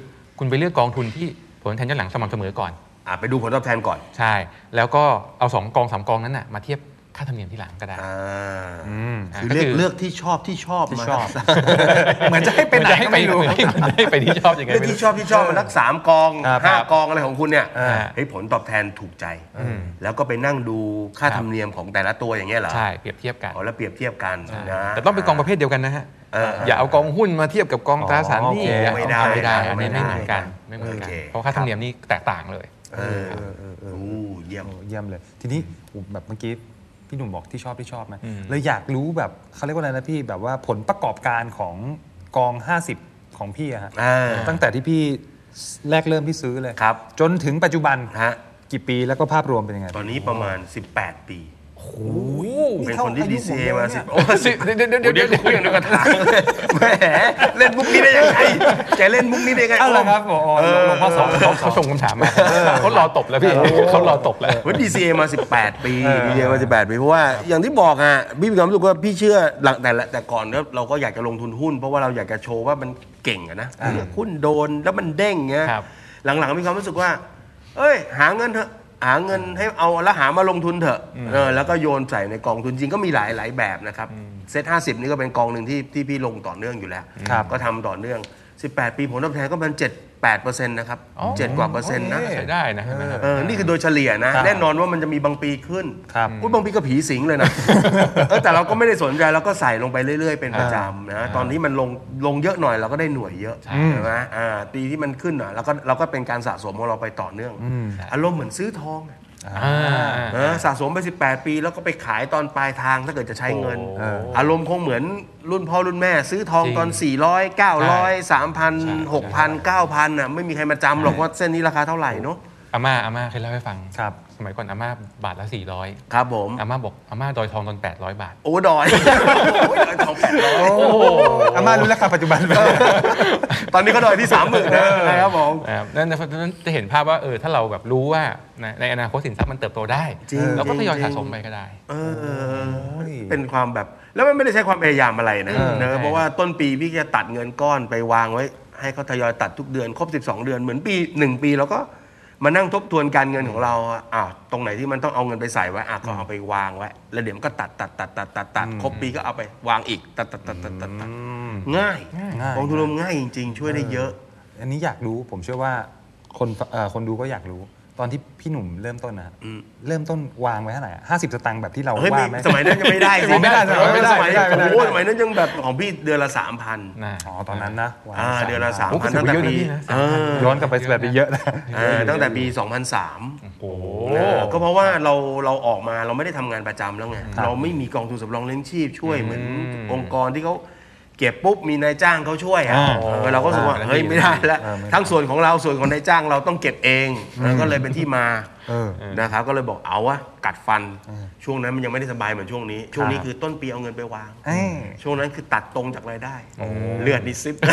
คุณไปเลือกกองทุนที่ผลตอบแทนย้อนหลังสม่ำเสมอก่อนอ่าไปดูผลตอบแทนก่อนใช่แล้วก็เอาสองกองสามกองนั้นน่ะมาเทียบค่าธรรมเนียมที่หลังก็ได้คือเลือกเลือกที่ชอบที่ชอบที่ชอบเหมือนจะให้ไปไหนก็ไม่รู้ให้ไปที่ชอบยังไงเลือกที่ชอบที่ชอบมันสักสามกองห้ากองอะไรของคุณเนี่ยให้ผลตอบแทนถูกใจแล้วก็ไปนั่งดูค่าธรรมเนียมของแต่ละตัวอย่างเงี้ยเหรอใช่เปรียบเทียบกันอ๋อแล้วเปรียบเทียบกันนะแต่ต้องเป็นกองประเภทเดียวกันนะฮะอย่าเอากองหุ้นมาเทียบกับกองตราสารหนี้ไม่ได้ไม่ได้อันนี้ไม่เหมือนกันไม่เหมือนกันเพราะค่าธรรมเนียมนี่แตกต่างเลยเออเออเยี่ยมเยี่ยมเลยทีนี้แบบเมื่อกี้พี่หนุ่มบอกที่ชอบที่ชอบไหมเลยอยากรู้แบบเขาเรียกว่าอะไรนะพี่แบบว่าผลประกอบการของกองห้าสิบของพี่อะฮะตั้งแต่ที่พี่แรกเริ่มที่ซื้อเลยจนถึงปัจจุบันกี่ปีแล้วก็ภาพรวมเป็นยังไงตอนนี้ประมาณสิบแปดปีโอ้โหเป็นคนที่ดีซีมาสิโอ้สิเดี๋ยวเดี๋ยวเดี๋ยวคุยกันด้วยกันทางเลยแหมเล่นมุกนี้ได้ยังไงแกเล่นมุกนี้ได้ยังไงอะไรครับหลวงพ่อสอนเขาส่งคำถามมาเขารอตบแล้วพี่เขารอตบแล้วว่าดีซีมาสิบแปดปีดีซีมาสิบแปดปีเพราะว่าอย่างที่บอกอ่ะพี่มีความรู้สึกว่าพี่เชื่อหลังแต่แต่ก่อนเราก็อยากจะลงทุนหุ้นเพราะว่าเราอยากจะโชว์ว่ามันเก่งอะนะหุ้นโดนแล้วมันเด้งเงี้ยหลังๆมีความรู้สึกว่าเอ้ยหาเงินเถอะหาเงินให้เอาแล้วหามาลงทุนเถอะเออแล้วก็โยนใส่ในกองทุนจริงก็มีหลายหลายแบบนะครับเซ็ตห้าสิบนี่ก็เป็นกองหนึ่งที่ที่พี่ลงต่อเนื่องอยู่แล้วก็ทำต่อเนื่องสิบแปดปีผลตอบแทนก็มันเจ็ด แปดเปอร์เซ็นต์ นะครับเจ็ดกว่าเปอร์เซ็นต์นะใช้ได้นะเออนี่คือโดยเฉลี่ยนะแน่นอนว่ามันจะมีบางปีขึ้นอุ๊ยบางปีก็ผีสิงเลยนะแต่เราก็ไม่ได้สนใจเราก็ใส่ลงไปเรื่อยๆเป็นประจำนะตอนนี้มันลงลงเยอะหน่อยเราก็ได้หน่วยเยอะใช่ไหมอ่าปีที่มันขึ้นอ่ะเราก็เราก็เป็นการสะสมของเราไปต่อเนื่องอารมณ์เหมือนซื้อทองสะสมไปสิบแปดปีแล้วก็ไปขายตอนปลายทางถ้าเกิดจะใช้เงินอารมณ์คงเหมือนรุ่นพ่อรุ่นแม่ซื้อทองตอนสี่ร้อย เก้าร้อย สามพัน หกพัน เก้าพันน่ะไม่มีใครมาจำหรอกว่าเส้นนี้ราคาเท่าไหร่เนาะอาม่าอาม่าเคยเล่าให้ฟังครับสมัยก่อนอาม่าบาทละสี่ร้อยครับผมอาม่าบอกอาม่าดอยทองตอนแปดร้อยบาทโอ้ดอยดอยทองแปดร้อยโอ้อาม่ารู้ราคาปัจจุบันตอนนี้ก็ดอยที่ สามหมื่น นะครับผมนั่นนั้นจะเห็นภาพว่าเออถ้าเราแบบรู้ว่าในอนาคตสินทรัพย์มันเติบโตได้เราก็ทยอยสะสมไปก็ได้เออเป็นความแบบแล้วมันไม่ได้ใช้ความพยายามอะไรนะเนอะเพราะว่าต้นปีพี่จะตัดเงินก้อนไปวางไว้ให้เขาทยอยตัดทุกเดือนครบสิบสองเดือนเหมือนปีหนึ่งปีเราก็มานั่งทบทวนการเงินของเราอ่ะตรงไหนที่มันต้องเอาเงินไปใส่ไว้อ่ะก็เอาไปวางไว้แล้วเดี๋ยวมันก็ตัดตัดตัดตัดตัดตัดครบปีก็เอาไปวางอีกตัดตัดตัดตัดตัดง่ายกองทุนรวมง่ายจริงๆช่วยได้เยอะอันนี้อยากรู้ผมเชื่อว่าคนคนดูก็อยากรู้ตอนที่พี่หนุ่มเริ่มต้นนะเริ่มต้นวางไว้เท่าไหร่ห้าสิบสตางค์แบบที่เราว่าไหมสมัยนั้นยังไม่ได้สิไม่ได้ไม่ได้สมัยโอ้สมัยนั้นยังแบบของพี่เดือนละสามพันอ๋อตอนนั้นนะเดือนละสามพันตั้งแต่ปีย้อนกลับไปแบบเยอะนะตั้งแต่ปีสองพันสามก็เพราะว่าเราเราออกมาเราไม่ได้ทำงานประจำแล้วไงเราไม่มีกองทุนสำรองเลี้ยงชีพช่วยเหมือนองค์กรที่เขาเก็บปุ๊บมีนายจ้างเขาช่วยอ่ะเราก็รู้สึกว่าเฮ้ยไม่ได้แล้วทั้งส่วนของเราส่วนของนายจ้างเราต้องเก็บเองก็เลยเป็นที่มานะครับก็เลยบอกเอาวะกัดฟันช่วงนั้นมันยังไม่ได้สบายเหมือนช่วงนี้ช่วงนี้คือต้นปีเอาเงินไปวางช่วงนั้นคือตัดตรงจากรายได้เลือดนี่ซิป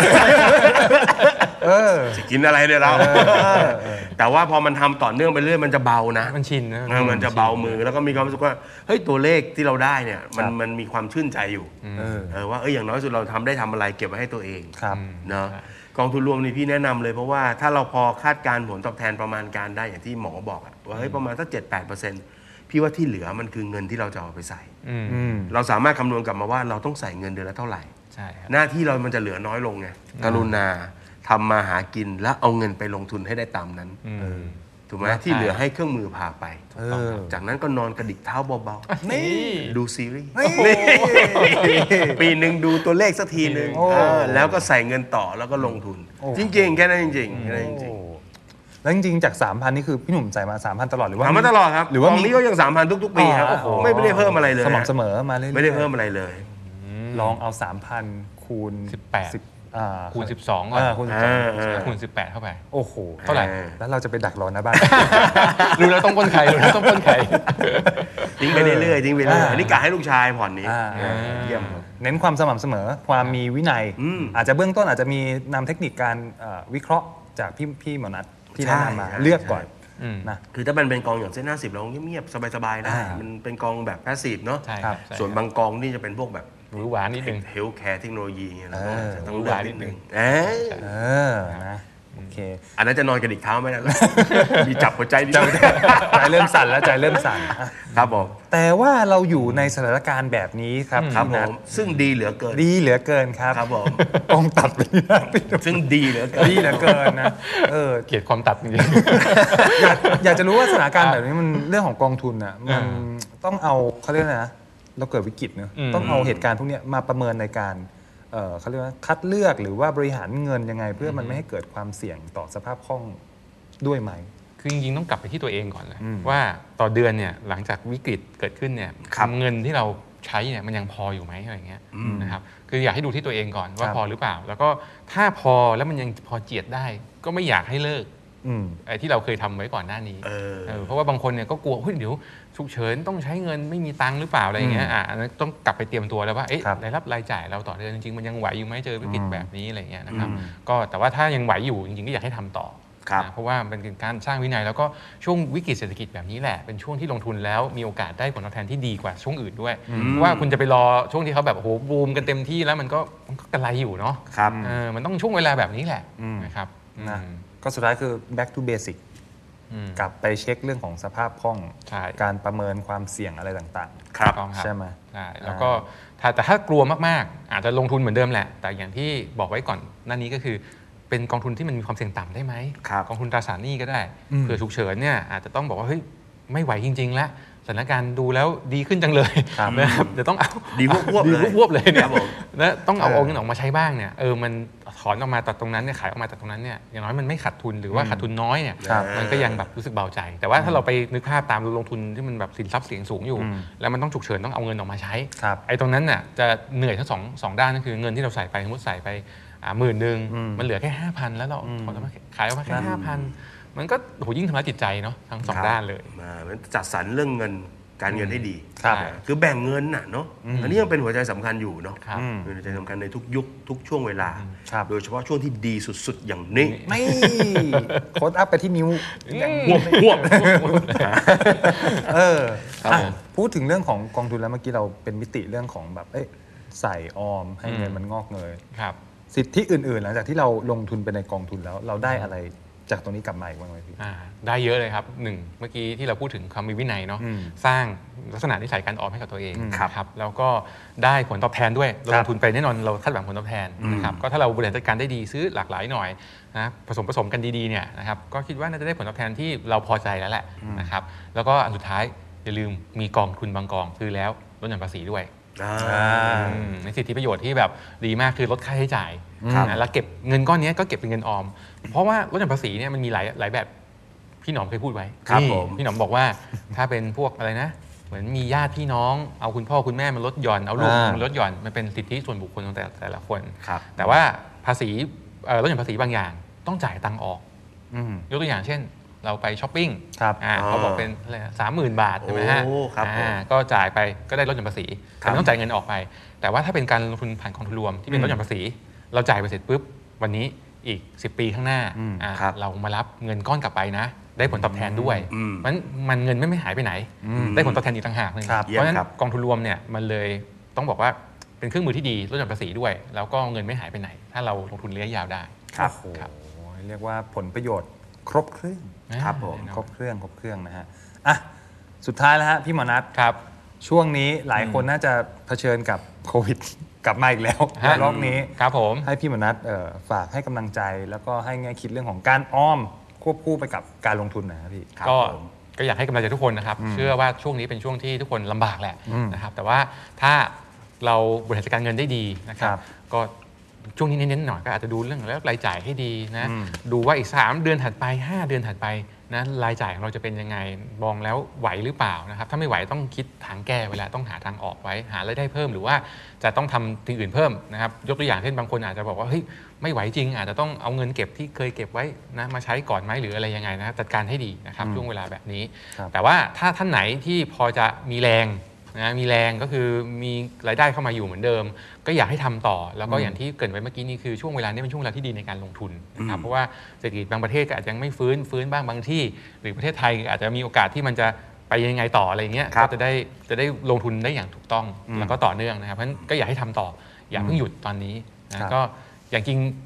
จะกินอะไรเนี่ยเราแต่ว่าพอมันทำต่อเนื่องไปเรื่อยมันจะเบานะมันชินนะมันจะเบามือแล้วก็มีความรู้สึกว่าเฮ้ยตัวเลขที่เราได้เนี่ยมันมันมีความชื่นใจอยู่ว่าเอออย่างน้อยสุดเราทำได้ทำอะไรเก็บไว้ให้ตัวเองเนาะกองทุนรวมนี่พี่แนะนำเลยเพราะว่าถ้าเราพอคาดการผลตอบแทนประมาณการได้อย่างที่หมอบอกว่าเฮ้ยประมาณสัก เจ็ดถึงแปดเปอร์เซ็นต์ พี่ว่าที่เหลือมันคือเงินที่เราจะเอาไปใส่เราสามารถคำนวณกลับมาว่าเราต้องใส่เงินเดือนละเท่าไหร่หน้าที่เรามันจะเหลือน้อยลงไงกรุณาทำมาหากินแล้วเอาเงินไปลงทุนให้ได้ตามนั้นถูกไหมที่เหลือให้เครื่องมือพาไปจากนั้นก็นอนกระดิกเท้าเบาๆนี่ดูซีรีส์ปีหนึ่งดูตัวเลขสักทีหนึ่งแล้วก็ใส่เงินต่อแล้วก็ลงทุนจริงๆแค่นั้นจริงๆแค่นั้นจริงๆแล้วจริงๆจาก สามพัน นี่คือพี่หนุ่มใส่มา สามพัน ตลอดหรือว่าสามพัน ตลอดครับหรือว่าตรงนี้ก็ยัง สามพัน ทุกๆปีครับไม่ได้เพิ่มอะไรเลยสม่ำเสมอมาเรื่อยๆไม่ได้เพิ่มอะไรเลยลองเอา สามพัน คูณสิบแปดคูณสิบสองก่อนคูณสิบสองคูณสิบแปดเข้าไปโอ้โหเท่าไหร่แล้วเราจะไปดักรอนะบ้านรู้แล้วต้องป้นไข่รู้แล้วต้องป้นไข่ทิ้งไปเรื่อยๆทิ้งไปเรื่อยอันนี้กะให้ลูกชายผ่อนนี้เยี่ยมเน้นความสม่ำเสมอความมีวินัยอาจจะเบื้องต้นอาจจะมีนำเทคนิคการวิเคราะห์จากพี่พี่หมอนัทที่แนะนำมาเลือกก่อนนะคือถ้ามันเป็นกองอย่างเส้นห้าสิบเราเงียบๆสบายๆได้มันเป็นกองแบบแพสซีฟเนาะส่วนบางกองนี่จะเป็นพวกแบบหรือหวานนิดนึงเฮลท์แคร์เทคโนโลยีเราต้องเลือกนิดนึงเออนะโอเคอันนั้นจะนอนกระดิกเท้าไม่ได้แล้วมีจับหัวใจนิดนึงใจเริ่มสั่นแล้วใจเริ่มสั่นครับผมแต่ว่าเราอยู่ในสถานการณ์แบบนี้ครับครับผมซึ่งดีเหลือเกินดีเหลือเกินครับครับผมกองตัดไปนะซึ่งดีเหลือเกินดีเหลือเกินนะเออเกลียดความตัดจริงๆอยากอยากจะรู้ว่าสถานการณ์แบบนี้มันเรื่องของกองทุนอ่ะมันต้องเอาเขาเรียกนะเราเกิดวิกฤตเนอะต้องเอาเหตุการณ์พวกนี้มาประเมินในการเอ่อเขาเรียกว่าคัดเลือกหรือว่าบริหารเงินยังไงเพื่อมันไม่ให้เกิดความเสี่ยงต่อสภาพคล่องด้วยไหมคือจริงๆต้องกลับไปที่ตัวเองก่อนเลยว่าต่อเดือนเนี่ยหลังจากวิกฤตเกิดขึ้นเนี่ยเงินที่เราใช้เนี่ยมันยังพออยู่ไหมอะไรเงี้ยนะครับคืออยากให้ดูที่ตัวเองก่อนว่าพอหรือเปล่าแล้วก็ถ้าพอแล้วมันยังพอเจียดได้ก็ไม่อยากให้เลิกไอ้ที่เราเคยทำไว้ก่อนหน้านี้เพราะว่าบางคนเนี่ยก็กลัวเฮ้ยเดี๋ยวฉุกเฉินต้องใช้เงินไม่มีตังค์หรือเปล่าอะไรอย่างเงี้ยอ่ะอันนั้นต้องกลับไปเตรียมตัวแล้วว่าเอ๊ะรายรับรายจ่ายเราต่อเดือนจริงๆมันยังไหวอยู่ไหมเจอวิกฤตแบบนี้อะไรเงี้ยนะครับก็แต่ว่าถ้ายังไหวอยู่จริงๆก็อยากให้ทำต่อเพราะว่ามันเป็นการสร้างวินัยแล้วก็ช่วงวิกฤตเศรษฐกิจแบบนี้แหละเป็นช่วงที่ลงทุนแล้วมีโอกาสได้ผลตอบแทนที่ดีกว่าช่วงอื่นด้วยเพราะว่าคุณจะไปรอช่วงที่เขาแบบโอ้โหบูมกันเต็มที่แล้วมันก็มันก็กระไรอยู่เนาะมันต้องช่วงเวลาแบบนี้แหละนะครับนะก็สุดท้ายคือ back to basic กลับไปเช็คเรื่องของสภาพคล่องการประเมินความเสี่ยงอะไรต่างๆครับใช่ไหมใช่แล้วก็แต่ถ้ากลัวมากๆอาจจะลงทุนเหมือนเดิมแหละแต่อย่างที่บอกไว้ก่อนหน้านี้ก็คือเป็นกองทุนที่มันมีความเสี่ยงต่ำได้ไหมกองทุนตราสารหนี้ก็ได้เผื่อฉุกเฉินเนี่ยอาจจะต้องบอกว่าเฮ้ยไม่ไหวจริงๆแล้วสถานการณ์ดูแล้วดีขึ้นจังเลยนะครับจะต้องเอาดีวบๆเลยดีวบๆเลยเนี่ยนะต้องเอาเงินออกมาใช้บ้างเนี่ยเออมันถอนออกมาตัดตรงนั้นเนี่ยขายออกมาตัดตรงนั้นเนี่ยอย่างน้อยมันไม่ขาดทุนหรือว่าขาดทุนน้อยเนี่ยมันก็ยังแบบรู้สึกเบาใจแต่ว่าถ้าเราไปนึกภาพตามลงทุนที่มันแบบสินทรัพย์เสี่ยงสูงอยู่แล้วมันต้องฉุกเฉินต้องเอาเงินออกมาใช้ไอ้ตรงนั้นน่ะจะเหนื่อยทั้งสองสองด้านนั่นคือเงินที่เราใส่ไปสมมติใส่ไปอ่าหมื่นหนึ่งมันเหลือแค่ห้าพันแล้วเราขอขายออกมาแค่ห้าพันมันก็โหยิ่งทำร้ายจิตใจเนาะทั้งสองด้านเลยมันจัดสรรเรื่องเงินการเงินให้ดีคือแบ่งเงินน่ะเนาะอันนี้ยังเป็นหัวใจสำคัญอยู่เนาะเป็นหัวใจสำคัญในทุกยุคทุกช่วงเวลาโดยเฉพาะช่วงที่ดีสุดๆอย่างนี้ไม่โค้ดอัพไปที่นิ้วหวบหวบเออพูดถึงเรื่องของกองทุนแล้วเมื่อกี้เราเป็นมิติเรื่องของแบบใส่ออมให้เงินมันงอกเงยสิทธิอื่นๆหลังจากที่เราลงทุนไปในกองทุนแล้วเราได้อะไรจากตรงนี้กลับมาอีกบ้างไหมพี่ได้เยอะเลยครับหนึ่งเมื่อกี้ที่เราพูดถึงความมีวินัยเนาะสร้างลักษณะนิสัยการออมให้กับตัวเองครับแล้วก็ได้ผลตอบแทนด้วยลงทุนไปแน่นอนเราคาดหวังผลตอบแทนนะครับก็ถ้าเราบริหารจัดการได้ดีซื้อหลากหลายหน่อยนะผสมผสมกันดีๆเนี่ยนะครับก็คิดว่าน่าจะได้ผลตอบแทนที่เราพอใจแล้วแหละนะครับแล้วก็อันสุดท้ายอย่าลืมมีกองทุนบางกองซื้อแล้วลดหย่อนภาษีด้วยในสิทธิประโยชน์ที่แบบดีมากคือลดค่าใช้จ่ายแล้วเก็บเงินก้อนนี้ก็เก็บเป็นเงินออมเพราะว่าลดหย่อนภาษีเนี่ยมันมีหลายหลายแบบพี่หนอมเคยพูดไว้พี่หนอมบอกว่าถ้าเป็นพวกอะไรนะเหมือนมีญาติพี่น้องเอาคุณพ่อคุณแม่มาลดหย่อนเอาลูกมาลดหย่อนมันเป็นสิทธิส่วนบุคคลของแต่แต่ละคนแต่ว่าภาษีลดหย่อนภาษีบางอย่างต้องจ่ายตังค์ออกยกตัวอย่างเช่นเราไปช้อปปิ้งเขาบอกเป็นอะไรสามหมื่นบาทใช่ไหมฮะก็จ่ายไปก็ได้ลดหย่อนภาษีแต่ต้องจ่ายเงินออกไปแต่ว่าถ้าเป็นการลงทุนผ่านกองทุนรวมที่เป็นลดหย่อนภาษีเราจ่ายไปเสร็จปุ๊บวันนี้อีกสิบปีข้างหน้าเรามารับเงินก้อนกลับไปนะได้ผลตอบแทนด้วยเพราะฉะนั้นมันเงินไม่ไม่หายไปไหนได้ผลตอบแทนอีกต่างหากเลยเพราะฉะนั้นกองทุนรวมเนี่ยมันเลยต้องบอกว่าเป็นเครื่องมือที่ดีลดหย่อนภาษีด้วยแล้วก็เงินไม่หายไปไหนถ้าเราลงทุนระยะยาวได้ครับเรียกว่าผลประโยชน์ครบเครื่องครับผมครบเครื่องครบเครื่องนะฮะอ่ะสุดท้ายแล้วฮะพี่หมอนัทครับช่วงนี้หลายคนน่าจะเผชิญกับโควิดกลับมาอีกแล้วรอบนี้ครับผมให้พี่หมอนัทฝากให้กำลังใจแล้วก็ให้แง่คิดเรื่องของการออมควบคู่ไปกับการลงทุนนะครับพี่ก็ก็อยากให้กำลังใจทุกคนนะครับเชื่อว่าช่วงนี้เป็นช่วงที่ทุกคนลำบากแหละนะครับแต่ว่าถ้าเราบริหารจัดการเงินได้ดีนะครับก็ช่วงนี้เน้นๆหน่อยก็อาจจะดูเรื่องแล้วรายจ่ายให้ดีนะดูว่าอีกสามเดือนถัดไปห้าเดือนถัดไปนะรายจ่ายของเราจะเป็นยังไงมองแล้วไหวหรือเปล่านะครับถ้าไม่ไหวต้องคิดทางแก้เวลาต้องหาทางออกไว้หารายได้เพิ่มหรือว่าจะต้องทำสิ่งอื่นเพิ่มนะครับยกตัวอย่างเช่นบางคนอาจจะบอกว่าเฮ้ยไม่ไหวจริงอาจจะต้องเอาเงินเก็บที่เคยเก็บไว้นะมาใช้ก่อนไหมหรืออะไรยังไงนะจัดการให้ดีนะครับช่วงเวลาแบบนี้แต่ว่าถ้าท่านไหนที่พอจะมีแรงนะมีแรงก็คือมีรายได้เข้ามาอยู่เหมือนเดิมก็อยากให้ทำต่อแล้วก็อย่างที่เกริ่นไว้เมื่อกี้นี้คือช่วงเวลานี้เป็นช่วงเวลาที่ดีในการลงทุนนะครับเพราะว่าเศรษฐกิจบางประเทศก็อาจจะยังไม่ฟื้นฟื้นบ้างบางที่หรือประเทศไทยอาจจะมีโอกาสที่มันจะไปยังไงต่ออะไรเงี้ยก็จะได้จะได้ลงทุนได้อย่างถูกต้องแล้วก็ต่อเนื่องนะครับเพราะฉะนั้นก็อยากให้ทำต่ออย่าเพิ่งหยุดตอนนี้นะก็อย่างจริง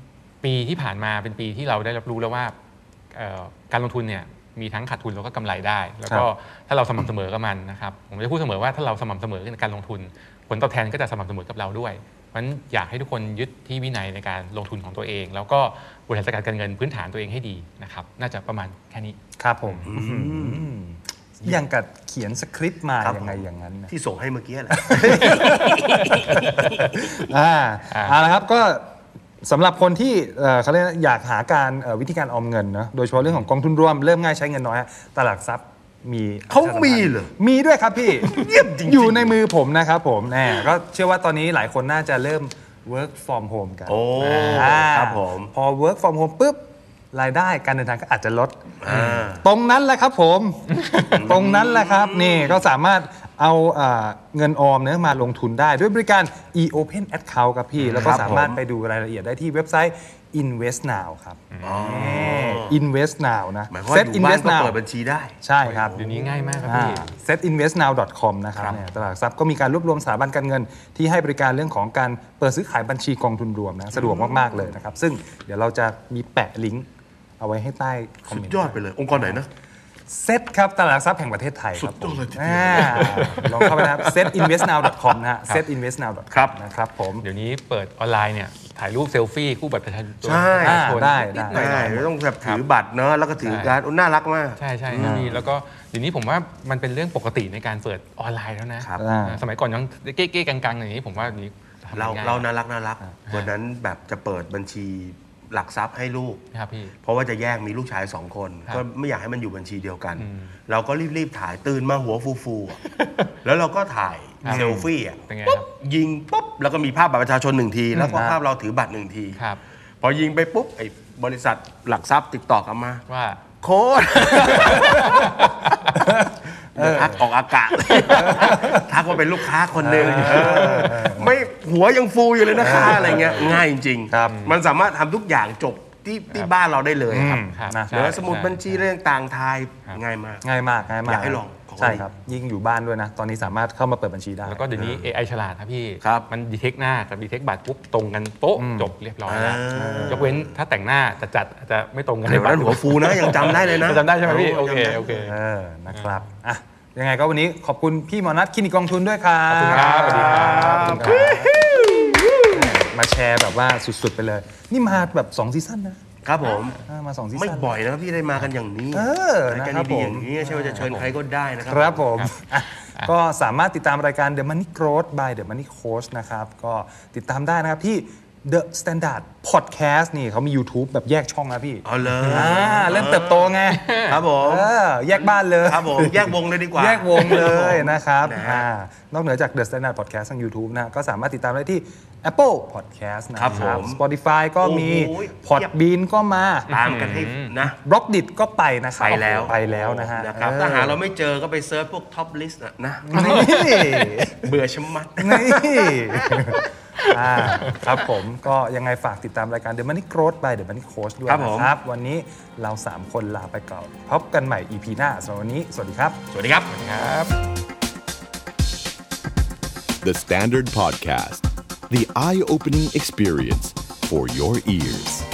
ปีที่ผ่านมาเป็นปีที่เราได้รับรู้แล้วว่าการลงทุนเนี่ยมีทั้งขาดทุนแล้วก็กำไรได้แล้วก็ถ้าเราสม่ำเสมอกับมันนะครับผมจะพูดเสมอว่าถ้าเราสม่ำเสมอในการลงทุนผลตอบแทนก็จะสม่ำเสมอกับเราด้วยเพราะฉะนั้นอยากให้ทุกคนยึดที่วินัยในการลงทุนของตัวเองแล้วก็บริหารจัดการการเงินพื้นฐานตัวเองให้ดีนะครับน่าจะประมาณแค่นี้ครับผมอย่างกับเขียนสคริปต์มาอย่างไงอย่างนั้นที่ส่งให้เมื่อกี้แหละอ่าเอาละครับก็สำหรับคนที่เขาเรียกอยากหาการวิธีการออมเงินนะโดยเฉพาะเรื่องของกองทุนรวมเริ่มง่ายใช้เงินน้อยตลาดทรัพย์มีเขามีเหรอมีด้วยครับพี่เยี่ยมจริงๆอยู่ในมือผมนะครับผมแน่ก็เชื่อว่าตอนนี้หลายคนน่าจะเริ่ม work from home กันโอ้ครับผมพอ work from home ปุ๊บรายได้การเดินทางก็อาจจะลดตรงนั้นแหละครับผมตรงนั้นแหละครับนี่ก็สามารถเอาเงินออมเนี่ยมาลงทุนได้ด้วยบริการ e-open account ครับพี่แล้วก็สามารถไปดูรายละเอียดได้ที่เว็บไซต์ invest now ครับ invest now นะ set invest now เปิดบัญชีได้ใช่ครับเดี๋ยวนี้ง่ายมากครับพี่ set invest now dot com นะครับเนี่ยตลาดทรัพย์ก็มีการรวบรวมสถาบันการเงินที่ให้บริการเรื่องของการเปิดซื้อขายบัญชีกองทุนรวมนะสะดวกมากๆเลยนะครับซึ่งเดี๋ยวเราจะมีแปะลิงก์เอาไว้ให้ใต้คอมเมนต์สุดยอดไปเลยองค์กรไหนนะเซ็ตครับตลาดทรัพย์แห่งประเทศไทยครับผมลองเข้าไปนะครับ เซ็ตอินเวสต์นาว ดอท คอม นะฮะ เซ็ตอินเวสต์นาว ดอท คอม นะครับผมเดี๋ยวนี้เปิดออนไลน์เนี่ยถ่ายรูปเซลฟี่คู่บัตรประชาชนใช่ได้ได้ไม่ต้องแบบถือบัตรเนอะแล้วก็ถือการน่ารักมากใช่ใช่นี่แล้วก็เดี๋ยวนี้ผมว่ามันเป็นเรื่องปกติในการเปิดออนไลน์แล้วนะสมัยก่อนยังเก๊ๆกังๆอย่างนี้ผมว่านี้เราเราน่ารักน่ารักวันนั้นแบบจะเปิดบัญชีหลักทรัพย์ให้ลูกเพราะว่าจะแยกมีลูกชายสองคนก็ไม่อยากให้มันอยู่บัญชีเดียวกันเราก็รีบๆถ่ายตื่นมาหัวฟูๆแล้วเราก็ถ่ายเซลฟี่อ่ะปุ๊บยิงปุ๊บแล้วก็มีภาพบัตรประชาชนหนึ่งทีแล้วก็ภาพเราถือบัตรหนึ่งทีพอยิงไปปุ๊บไอ้บริษัทหลักทรัพย์ติดต่อกลับมาว่าโค้ดทักออกอากาศทักว่าเป็นลูกค้าคนหนึ่งไม่หัวยังฟูอยู่เลยนะคะอะไรเงี้ยง่ายจริงๆมันสามารถทำทุกอย่างจบที่ที่บ้านเราได้เลยครับเดี๋ยวสมุดบัญชีเรื่องต่างทายง่ายมากง่ายมากง่ายมากอยากให้ลองใช่ครับยิ่งอยู่บ้านด้วยนะตอนนี้สามารถเข้ามาเปิดบัญชีได้แล้วก็เดี๋ยวนี้ เอ ไอ ฉลาดครับพี่มันดีเทคหน้ากับดีเทคบัตรปุ๊บตรงกันโป๊ะจบเรียบร้อยแล้วยกเว้นถ้าแต่งหน้าจะจัดจะไม่ตรงกันในบัตรหัวฟูนะยังจำได้เลยนะจำได้ใช่ไหมพี่โอเคโอเคเออนะครับอ่ะยังไงก็วันนี้ขอบคุณพี่หมอนัทคลินิกกองทุนด้วยครับขอบคุณครับสวัสดีครับมาแชร์แบบว่าสุดๆไปเลยนี่มาแบบสองซีซั่นนะครับผมมาสองซีซั่นไม่บ่อยนะพี่ได้มากันอย่างนี้นะครับผมอย่างนี้ใช่ว่าจะเชิญใครก็ได้นะครับครับผมก็สามารถติดตามรายการ The Money Growth by The Money Coach นะครับก็ติดตามได้นะครับที่ The Standard Podcast นี่เขามี YouTube แบบแยกช่องนะพี่อ๋อเลยเริ่มเติบโตไงครับผมแยกบ้านเลยครับผมแยกวงเลยดีกว่าแยกวงเลยนะครับนอกเหนือจาก The Standard Podcast ทาง YouTube นะก็สามารถติดตามได้ที่ Apple Podcast นะครับ Spotify ก็มี Podbean ก็มาตามกันให้นะ Blockdit ก็ไปนะครับไปแล้วไปแล้วนะฮะถ้าหาเราไม่เจอก็ไปเซิร์ชพวก Top List นะเบื่อชะมัดนี่ครับผมก็ยังไงฝากติดตามรายการ The Money Growth by The Money Coach ด้วยนะครับวันนี้เราสามคนลาไปก่อนพบกันใหม่ อี พี หน้าสำหรับวันนี้สวัสดีครับสวัสดีครับสวัสดีครับ The Standard Podcast The Eye-Opening Experience for Your Ears